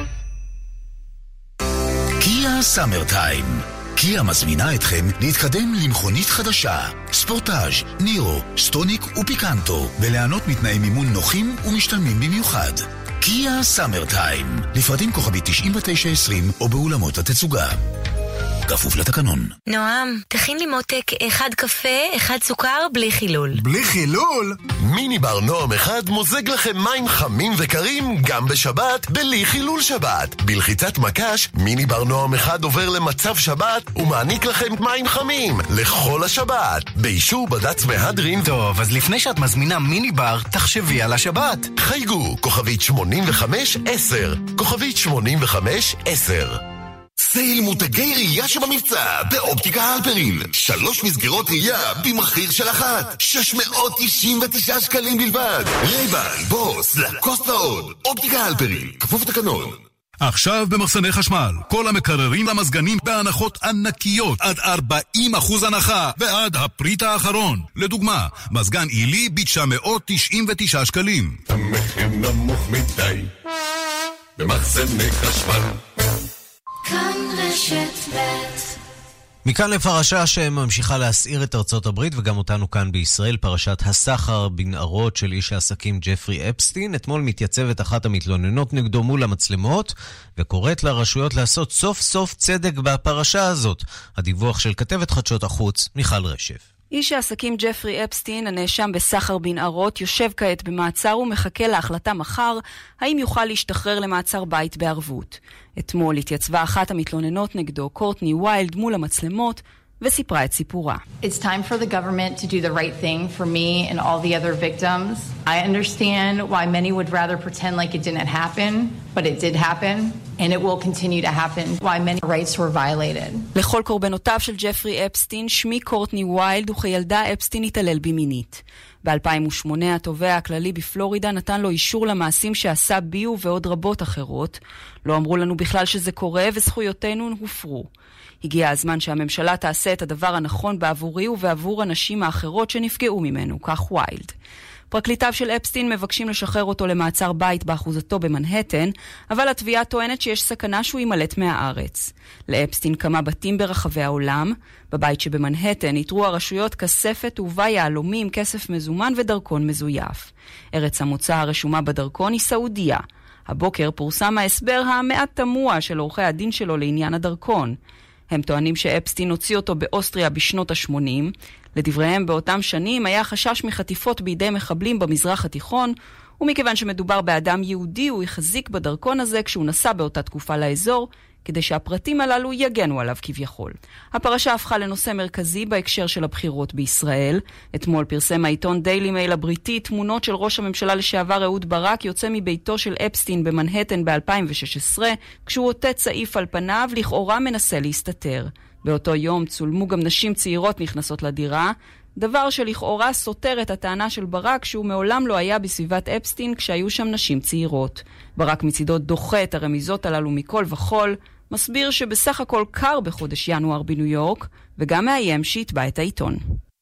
קיה סאמר טיים. קיה מזמינה אתכם להתקדם למכונית חדשה, ספורטאז', נירו, סטוניק ופיקנטו, וליהנות מתנאי מימון נוחים ומשתלמים במיוחד. קיה סאמר טיים, לפרטים כוכבי 9920 או באולמות התצוגה. כפוף לתקנון. נועם, תכין לי מותק 1 קפה, 1 סוכר, בלי חילול. בלי חילול? מיני בר נועם 1 מוזג לכם מים חמים וקרים גם בשבת, בלי חילול שבת. בלחיצת מקש, מיני בר נועם 1 עובר למצב שבת ומעניק לכם מים חמים לכל השבת. באישור בד"ץ מהדרין. טוב, אז לפני שאת מזמינה מיני בר, תחשבי על השבת. חייגו, כוכבית 8510. כוכבית 8510. סייל מותגי ראייה שבמבצע באופטיקה הלפרין. 3 מסגרות ראייה במחיר של אחת. 699 שקלים בלבד. רייבן, בוס, לקוסט ועוד. אופטיקה הלפרין, כפוף לתקנון. עכשיו במחסני חשמל, כל המקררים למזגנים בהנחות ענקיות, עד 40% הנחה, ועד הפריט האחרון. לדוגמה, מזגן אילי ב-999 שקלים. המחיר נמוך מדי במחסני חשמל. כאן רשת ב'. מכאן לפרשה שממשיכה להסעיר את ארצות הברית וגם אותנו כאן בישראל, פרשת הסחר בנערות של איש העסקים ג'פרי אפסטין. אתמול מתייצבת אחת המתלוננות נגדו מול המצלמות וקוראת לרשויות לעשות סוף סוף צדק בפרשה הזאת. הדיווח של כתבת חדשות החוץ מיכל רשף. איש העסקים ג'פרי אפסטין, הנאשם בסחר בנערות, יושב כעת במעצר ומחכה להחלטה מחר האם יוכל להשתחרר למעצר בית בערבות. אתמול התייצבה אחת המתלוננות נגדו, קורטני ויילד, מול המצלמות וסיפרה את סיפורה. It's time for the government to do the right thing for me and all the other victims. I understand why many would rather pretend like it didn't happen, but it did happen. And it will continue to happen. Why many rights were violated. לכל קורבנותיו של ג'פרי אפסטין, שמי קורטני ויילד, וכילדה אפסטין התעלל בי מינית. ב-2008 התובע הכללי בפלורידה נתן לו אישור למעשים שעשה בי ועוד רבות אחרות. לא אמרו לנו בכלל שזה קורה וזכויותינו הופרו. הגיע הזמן שהממשלה תעשה את הדבר הנכון בעבורי ובעבור הנשים האחרות שנפגעו ממנו, כך ויילד. פרקליטיו של אפסטין מבקשים לשחרר אותו למעצר בית באחוזתו במנהטן, אבל התביעה טוענת שיש סכנה שהוא יימלט מהארץ. לאפסטין כמה בתים ברחבי העולם. בבית שבמנהטן יתרו הרשויות כספת ובה יעלומים, כסף מזומן ודרכון מזויף. ארץ המוצא הרשומה בדרכון היא סעודיה. הבוקר פורסם ההסבר המעט תמוה של עורכי הדין שלו לעניין הדרכון. הם טוענים שאפסטין הוציא אותו באוסטריה בשנות ה-80. לדבריהם באותם שנים היה חשש מחטיפות בידי מחבלים במזרח התיכון, ומכיוון שמדובר באדם יהודי הוא החזיק בדרכון הזה כשהוא נסע באותה תקופה לאזור, כדי שהפרטים הללו יגנו עליו כביכול. הפרשה הפכה לנושא מרכזי בהקשר של הבחירות בישראל. אתמול פרסם העיתון דיילי מייל הבריטי תמונות של ראש הממשלה לשעבר אהוד ברק יוצא מביתו של אפסטין במנהטן ב-2016, כשהוא עוטה צעיף על פניו, לכאורה מנסה להסתתר. באותו יום צולמו גם נשים צעירות נכנסות לדירה, דבר שלכאורה סותר את הטענה של ברק שהוא מעולם לא היה בסביבת אפסטין כשהיו שם נשים צעירות. ברק מצידו דוחה את הרמיזות הללו מכל וכל, מסביר שבסך הכל קר בחודש ינואר בניו יורק, וגם מאיים שיתבע את העיתון.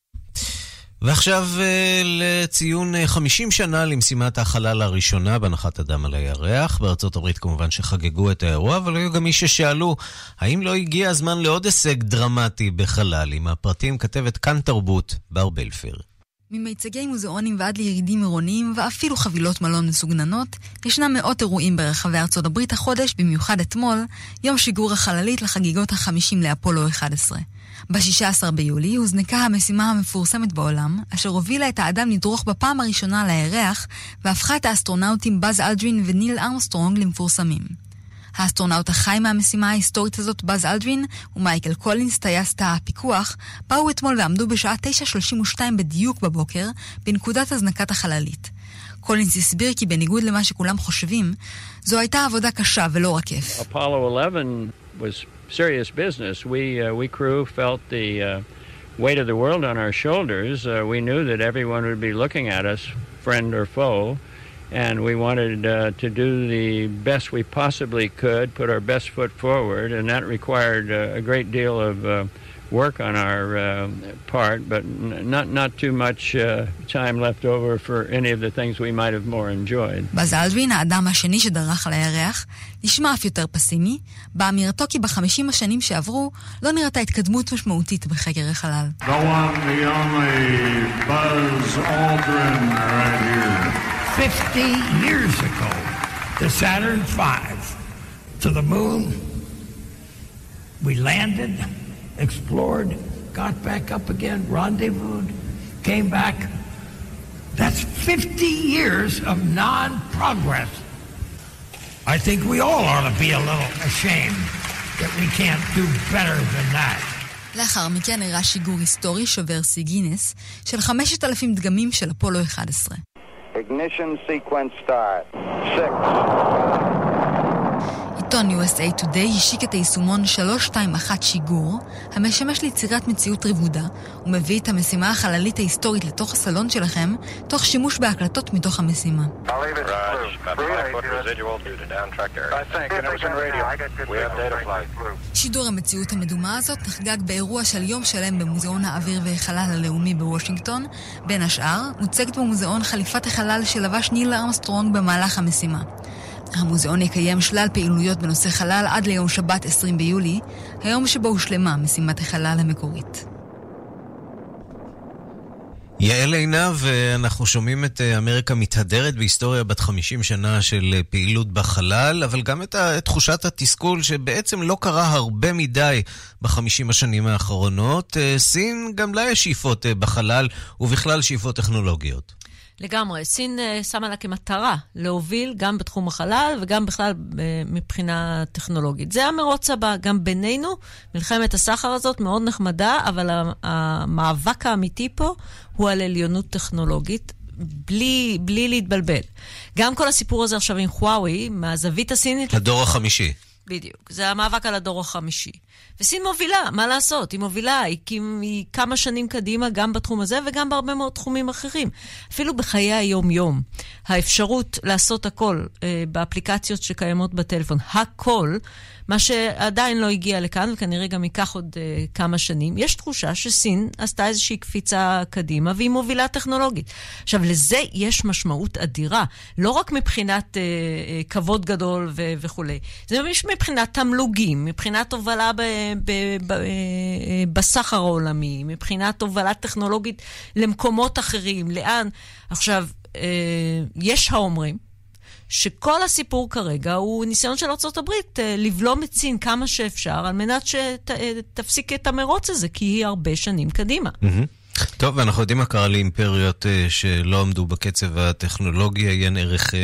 ועכשיו לציון 50 שנה למשימת החלל הראשונה בהנחת אדם על הירח. בארצות הברית כמובן שחגגו את האירוע, אבל היו גם מי ששאלו האם לא הגיע הזמן לעוד הישג דרמטי בחלל. עם הפרטים כתבת כאן תרבות בר בלפר. ממיצגי מוזיאונים ועד לירידים עירוניים ואפילו חבילות מלון מסוגננות, ישנם מאות אירועים ברחבי ארצות הברית החודש, במיוחד אתמול, יום שיגור החללית לחגיגות ה-50 לאפולו 11. ב-16 ביולי הוזנקה המשימה המפורסמת בעולם, אשר הובילה את האדם לדרוך בפעם הראשונה לירח, והפכה את האסטרונאוטים באז אלדרין וניל ארמסטרונג למפורסמים. האסטרונאוט החי מהמשימה ההיסטורית הזאת, באז אלדרין, ומייקל קולינס, טייס תא הפיקוח, באו אתמול ועמדו בשעה 9:32 בדיוק בבוקר, בנקודת הזנקת החללית. קולינס הסביר כי בניגוד למה שכולם חושבים, זו הייתה עבודה קשה ולא רק כיף. Apollo 11 was serious business. We crew felt the weight of the world on our shoulders. We knew that everyone would be looking at us, friend or foe. And we wanted to do the best we possibly could, put our best foot forward, and that required a great deal of work on our part, but not too much time left over for any of the things we might have more enjoyed. באז אלדרין, האדם השני שדרך על הירח, נשמע אף יותר פסימי, באמירתו כי ב50 השנים שעברו לא נראתה התקדמות משמעותית בחקר החלל. The one, the only Buzz Aldrin right here. 50 years ago, the Saturn V to the moon. We landed, explored, got back up again, rendezvoused, came back. That's 50 years of non-progress. I think we all ought to be a little ashamed that we can't do better than that. לאחר מכן הראה שיגור היסטורי שובר שיא גינס של 5,000 דגמים של אפולו 11. Ignition sequence start. 6. עיתון USA Today השיק את היישומון 321 שיגור, המשמש ליצירת מציאות רבודה, ומביא את המשימה החללית ההיסטורית לתוך הסלון שלכם, תוך שימוש בהקלטות מתוך המשימה. שידור המציאות המדומה הזאת נחגג באירוע של יום שלם במוזיאון האוויר והחלל הלאומי בוושינגטון. בין השאר, מוצגת במוזיאון חליפת החלל שלבש ניל ארמסטרונג במהלך המשימה. המוזיאון יקיים שלל פעילויות בנושא חלל עד ליום שבת 20 ביולי, היום שבו הושלמה משימת החלל המקורית. יעל עינב, ואנחנו שומעים את אמריקה מתהדרת בהיסטוריה בת 50 שנה של פעילות בחלל, אבל גם את תחושת התסכול שבעצם לא קרה הרבה מדי ב50 השנים האחרונות. סין גם לה יש שאיפות בחלל ובכלל שאיפות טכנולוגיות. לגמרי, סין שמה לה כמטרה להוביל גם בתחום החלל וגם בכלל מבחינה טכנולוגית. זה המרוץ הבא, גם בינינו, מלחמת הסחר הזאת מאוד נחמדה, אבל המאבק האמיתי פה הוא על עליונות טכנולוגית, בלי להתבלבל. גם כל הסיפור הזה עכשיו עם חוואוי, מהזווית הסינית... הדור החמישי. בדיוק, זה המאבק על הדור החמישי. וסין מובילה, מה לעשות? היא מובילה, היא כמה שנים קדימה גם בתחום הזה וגם בהרבה מאוד תחומים אחרים. אפילו בחיי היום-יום, האפשרות לעשות הכל באפליקציות שקיימות בטלפון, הכל מה שעדיין לא הגיע לכאן, וכנראה גם ייקח עוד כמה שנים. יש תחושה שסין עשתה איזושהי קפיצה קדימה, והיא מובילה טכנולוגית. עכשיו, לזה יש משמעות אדירה, לא רק מבחינת כבוד גדול וכו'. זה מבחינת תמלוגים, מבחינת הובלה בסחר העולמי, מבחינת הובלה טכנולוגית למקומות אחרים, לאן. עכשיו, יש האומרים שכל הסיפור כרגע הוא ניסיון של ארצות הברית לבלום את סין כמה שאפשר, על מנת שתפסיק את המרוץ הזה, כי היא הרבה שנים קדימה. טוב, ואנחנו יודעים מה קרה לאימפריות שלא עמדו בקצב הטכנולוגי, עיין ערך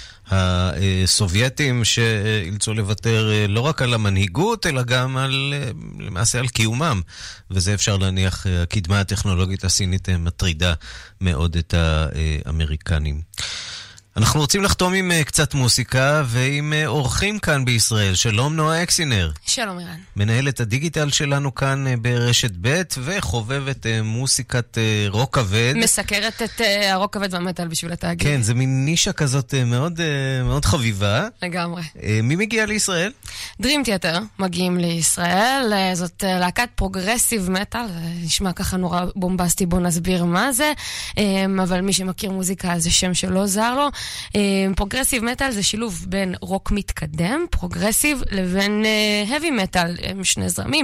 הסובייטים שאילצו לוותר לא רק על המנהיגות, אלא גם למעשה על קיומם. וזה אפשר להניח, הקדמה הטכנולוגית הסינית מטרידה מאוד את האמריקנים. אנחנו רוצים לחתום עם קצת מוסיקה ועם אורחים כאן בישראל. שלום נועה אקסינר. שלום אירן. מנהלת הדיגיטל שלנו כאן ברשת ב' וחובבת מוסיקת רוק כבד. מסקרת את הרוק כבד והמטל בשביל התאגיד. כן, זה מין נישה כזאת מאוד, מאוד חביבה. לגמרי. מי מגיע לישראל? Dream Theater מגיעים לישראל. זאת להקת פרוגרסיב מטל. נשמע ככה נורא בומבסטי, בוא נסביר מה זה. אבל מי שמכיר מוזיקה זה שם שלא זר לו. פרוגרסיב מטל זה שילוב בין רוק מתקדם, פרוגרסיב, לבין heavy מטל, הם שני זרמים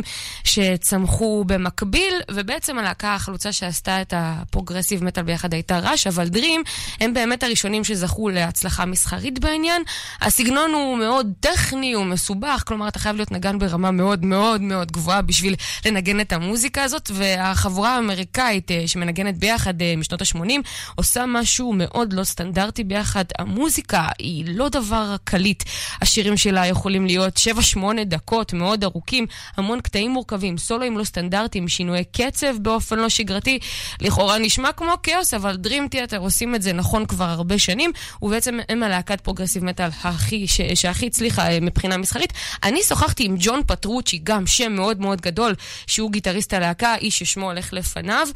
שצמחו במקביל, ובעצם הלהקה החלוצה שעשתה את הפרוגרסיב מטל ביחד הייתה רש, אבל דרים הם באמת הראשונים שזכו להצלחה מסחרית בעניין. הסגנון הוא מאוד טכני, הוא מסובך, כלומר אתה חייב להיות נגן ברמה מאוד מאוד מאוד גבוהה בשביל לנגן את המוזיקה הזאת, והחבורה האמריקאית שמנגנת ביחד משנות ה-80 עושה משהו מאוד לא סטנדרטי ביחד. המוזיקה היא לא דבר קליט. השירים שלה יכולים להיות 7-8 דקות, מאוד ארוכים, המון קטעים מורכבים, סולואים לא סטנדרטיים, שינויי קצב באופן לא שגרתי. לכאורה נשמע כמו כאוס, אבל Dream Theater עושים את זה נכון כבר הרבה שנים, ובעצם הם הלהקת פרוגרסיב מטל שהכי הצליחה מבחינה מסחרית. אני שוחחתי עם ג'ון פטרוצ'י, גם שם מאוד מאוד גדול, שהוא גיטריסט הלהקה, איש ששמו הולך לפניו,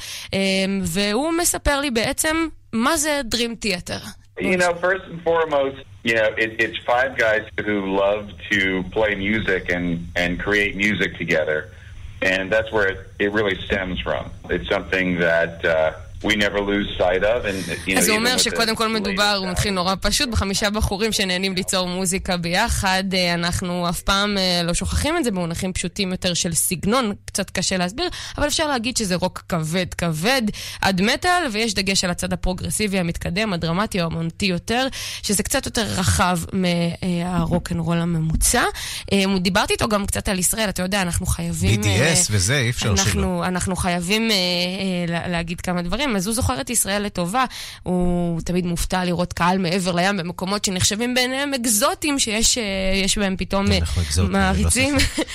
והוא מספר לי בעצם מה זה Dream Theater. You know, first and foremost, you know, it's five guys who love to play music and create music together. And that's where it really stems from. It's something that we never lose sight of. אז הוא אומר שקודם כל מדובר, הוא מתחיל נורא פשוט, ב5 בחורים שנהנים ליצור מוזיקה ביחד. אנחנו אף פעם לא שוכחים את זה במונחים פשוטים יותר של סגנון, קצת קשה להסביר, אבל אפשר להגיד שזה רוק כבד כבד עד מטל, ויש דגש על הצד הפרוגרסיבי המתקדם, הדרמטי או האמנותי יותר, שזה קצת יותר רחב מהרוק אנד רול הממוצע. דיברתי איתו גם קצת על ישראל, אתה יודע, אנחנו חייבים BTS וזה, אי אפשר שלא. אנחנו חייבים להגיד כמה דברים. אז הוא זוכר את ישראל לטובה, הוא תמיד מופתע לראות קהל מעבר לים במקומות שנחשבים ביניהם אקזוטיים, שיש בהם פתאום מעריצים.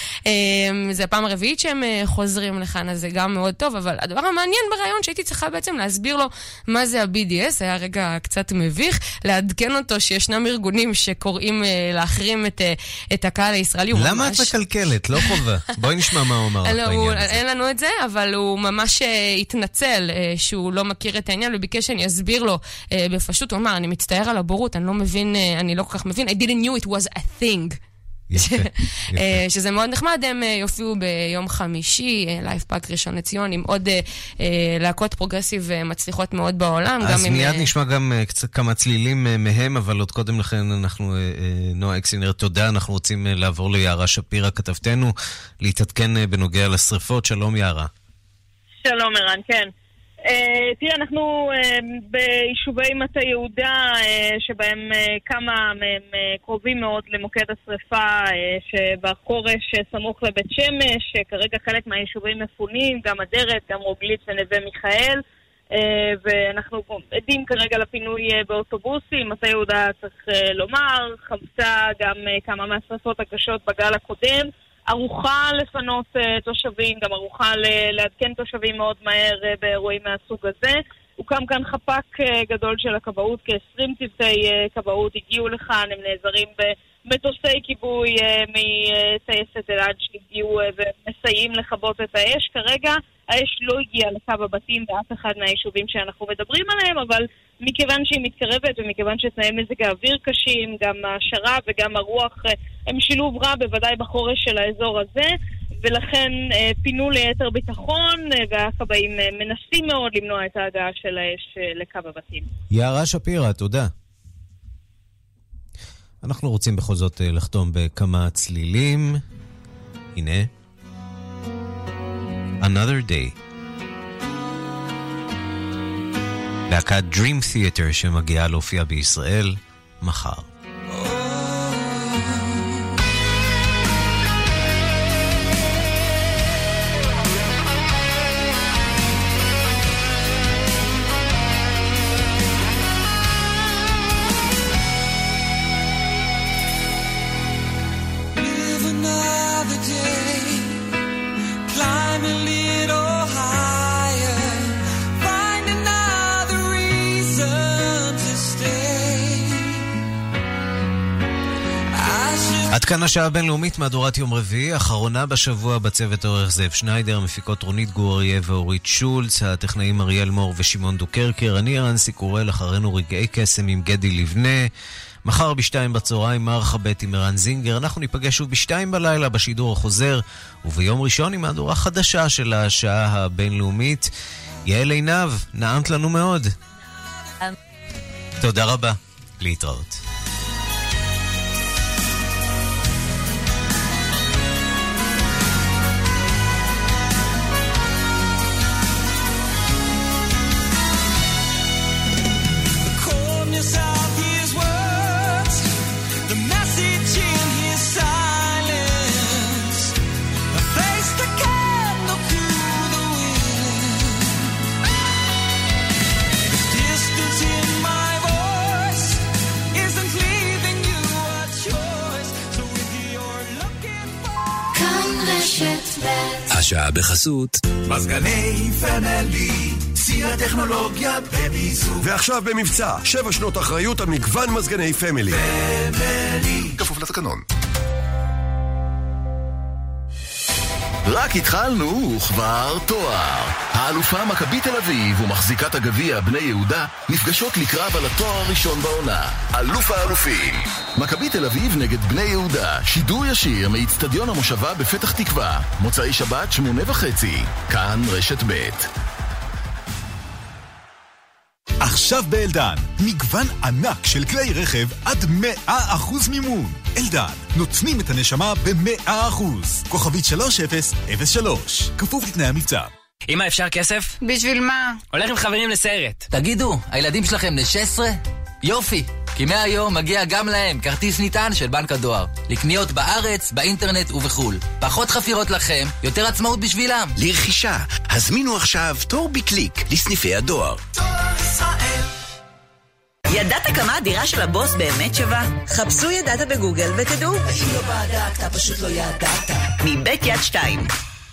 זה הפעם הרביעית שהם חוזרים לכאן, אז זה גם מאוד טוב, אבל הדבר המעניין ברעיון שהייתי צריכה בעצם להסביר לו מה זה ה-BDS, היה רגע קצת מביך, לעדכן אותו שישנם ארגונים שקוראים להחרים את הקהל הישראלי. למה את מקלקלת? לא חובה. בואי נשמע מה הוא אמר בעניין הזה. אין לנו את זה, אבל הוא ממש התנצל שהוא לא מכיר את העניין, וביקש שאני אסביר לו בפשוט. הוא אמר, אני מצטער על הבורות, אני לא מבין, אני לא כל כך מבין. I didn't knew it was a thing. שזה מאוד נחמד. הם יופיעו ביום חמישי, לייב פאק ראשון לציון, עם עוד להקות פרוגרסיב מצליחות מאוד בעולם. אז מיד נשמע גם כמה צלילים מהם, אבל עוד קודם לכן אנחנו, נועה אקסינר, תודה. אנחנו רוצים לעבור ליערה שפירא, כתבתנו, להתעדכן בנוגע לשריפות. שלום יערה. שלום ערן, כן. תראה, אנחנו ביישובי מטה יהודה, שבהם כמה מהם קרובים מאוד למוקד השריפה שבחורש סמוך לבית שמש, כרגע חלק מהיישובים מפונים, גם אדרת, גם רוגלית ונווה מיכאל, ואנחנו עדים כרגע לפינוי באוטובוסים. מטה יהודה, צריך לומר, חוותה גם כמה מהשריפות הקשות בגל הקודם, ערוכה לפנות תושבים, גם ערוכה לעדכן תושבים מאוד מהר באירועים מהסוג הזה. הוקם כאן חפ"ק גדול של הכבאות, כ-20 צוותי כבאות הגיעו לכאן, הם נעזרים במטוסי כיבוי מטייסת אלעד שהגיעו ומסייעים לכבות את האש. כרגע האש לא הגיעה לקו הבתים באף אחד מהיישובים שאנחנו מדברים עליהם, אבל מכיוון שהיא מתקרבת ומכיוון שתנאי מזג האוויר קשים, גם השרב וגם הרוח הם שילוב רע בוודאי בחורש של האזור הזה, ולכן פינו ליתר ביטחון, והכבאים מנסים מאוד למנוע את ההגעה של האש לקו הבתים. יערה שפירא, תודה. אנחנו רוצים בכל זאת לחתום בכמה צלילים. הנה. Another Day. להקת Dream Theater שמגיעה להופיע בישראל מחר. עד כאן השעה הבינלאומית, מהדורת יום רביעי, אחרונה בשבוע בצוות עורך זאב שניידר, מפיקות רונית גוריה ואורית שולץ, הטכנאים אריאל מור ושמעון דוקרקר, אני רנסי קורל, אחרינו רגעי קסם עם גדי לבנה, מחר בשתיים בצהריים מערכה ב' עם ערן זינגר, אנחנו ניפגש שוב בשתיים בלילה בשידור החוזר, וביום ראשון עם מהדורה חדשה של השעה הבינלאומית. יעל עינב, נעמת לנו מאוד. תודה רבה, להתראות. השעה בחסות מזגני פמילי, סיר הטכנולוגיה במיזוג, ועכשיו במבצע 7 שנות אחריות על מגוון מזגני פמילי. כפוף לתקנון. רק התחלנו וכבר תואר. האלופה מכבי תל אביב ומחזיקת הגביע בני יהודה נפגשות לקרב על התואר הראשון בעונה, אלוף האלופים. מכבי תל אביב נגד בני יהודה, שידור ישיר מאצטדיון המושבה בפתח תקווה, מוצאי שבת 8:30, כאן רשת ב'. עכשיו באלדן, מגוון ענק של כלי רכב עד 100% מימון. אלדן, נותנים את הנשמה ב100%. כוכבית 3003, כפוף לתנאי המבצע. אמא, אפשר כסף? בשביל מה? הולך עם חברים לסרט. תגידו, הילדים שלכם בני 16? יופי, כי מהיום מגיע גם להם כרטיס נטען של בנק הדואר. לקניות בארץ, באינטרנט ובחול. פחות חפירות לכם, יותר עצמאות בשבילם. לרכישה, הזמינו עכשיו תור בקליק לסניפי הדואר. ידעת כמה הדירה של הבוס באמת שווה? חפשו ידעת בגוגל ותדעו. אם לא בדקת, פשוט לא ידעת. מבית יד 2.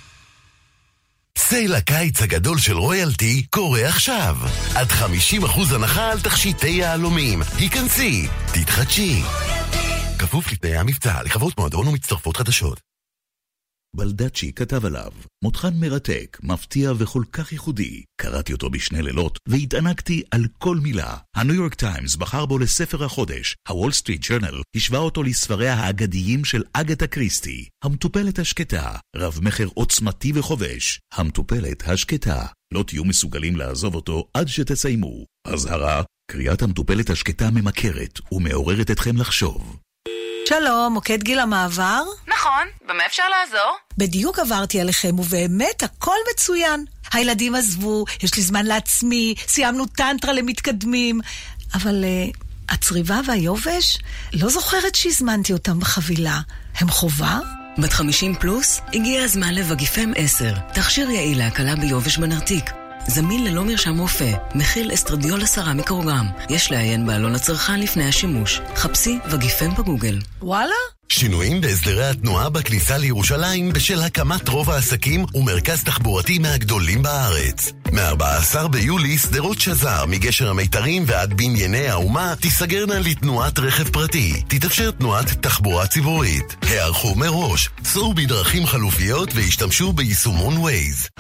סייל הקיץ הגדול של רויאלטי קורה עכשיו. עד 50% הנחה על תכשיטי יהלומים. היכנסי, תתחדשי. כפוף לתנאי המבצע, לחברות מועדון ומצטרפות חדשות. בלדצ'י כתב עליו, מותחן מרתק, מפתיע וכל כך ייחודי. קראתי אותו בשני לילות והתענקתי על כל מילה. הניו יורק טיימס בחר בו לספר החודש. הוול סטריט ג'ורנל השווה אותו לספריה האגדיים של אגתה קריסטי. המטופלת השקטה, רב מחר עוצמתי וחובש. המטופלת השקטה, לא תהיו מסוגלים לעזוב אותו עד שתסיימו. הזהרה, קריאת המטופלת השקטה ממכרת ומעוררת אתכם לחשוב. שלום, מוקד גיל המעבר? נכון, במה אפשר לעזור? בדיוק עברתי עליכם, ובאמת הכל מצוין. הילדים עזבו, יש לי זמן לעצמי, סיימנו טנטרה למתקדמים. אבל הצריבה והיובש, לא זוכרת שהזמנתי אותם בחבילה. הם חובה? בת 50 פלוס, הגיע הזמן לבגיפם 10. תכשיר יעיל להקלה ביובש בנרתיק. זמין ללא מרשם רופא, מכיל אסטרדיול 10 מיקרוגרם. יש לעיין בעלון הצרכן לפני השימוש. חפשי וגיפם בגוגל. וואלה? שינויים בהסדרי התנועה בכניסה לירושלים בשל הקמת רוב העסקים ומרכז תחבורתי מהגדולים בארץ. מ-14 ביולי סדרות שזר מגשר המיתרים ועד בנייני האומה תיסגרנה לתנועת רכב פרטי. תתאפשר תנועת תחבורה ציבורית. הערכו מראש, סעו בדרכים חלופיות והשתמשו ביישומון ווייז.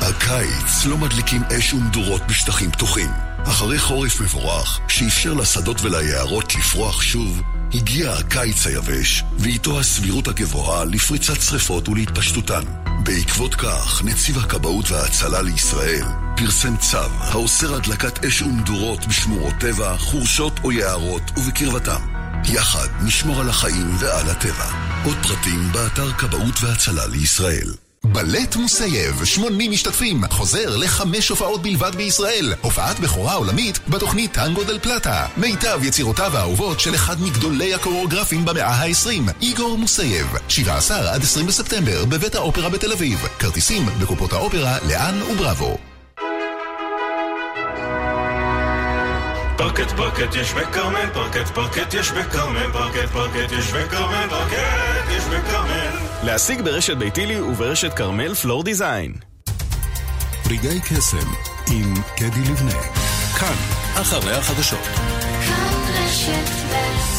הקיץ לא מדליקים אש ומדורות בשטחים פתוחים. אחרי חורף מבורך, שאפשר לשדות וליערות לפרוח שוב, הגיע הקיץ היבש, ואיתו הסבירות הגבוהה לפריצת שריפות ולהתפשטותן. בעקבות כך, נציב הכבאות וההצלה לישראל פרסם צו האוסר הדלקת אש ומדורות בשמורות טבע, חורשות או יערות ובקרבתם. יחד נשמור על החיים ועל הטבע. עוד פרטים באתר כבאות והצלה לישראל. בלט מוסייב, 80 משתתפים, חוזר ל5 הופעות בלבד בישראל. הופעת בכורה עולמית בתוכנית טנגו דל פלטה. מיטב יצירותיו האהובות של אחד מגדולי הקוריאוגרפים במאה ה-20, איגור מוסייב. 17 עד 20 בספטמבר בבית האופרה בתל אביב. כרטיסים בקופות האופרה, לאן ובראבו. פוקט פוקט יש בכרמל, פוקט פוקט יש בכרמל, פוקט פוקט יש בכרמל, פוקט יש בכרמל. להשיג ברשת ביתילי וברשת כרמל פלור דיזיין. רגעי קסם עם קדי לבנה. כאן, אחרי החדשות. כאן רשת ב'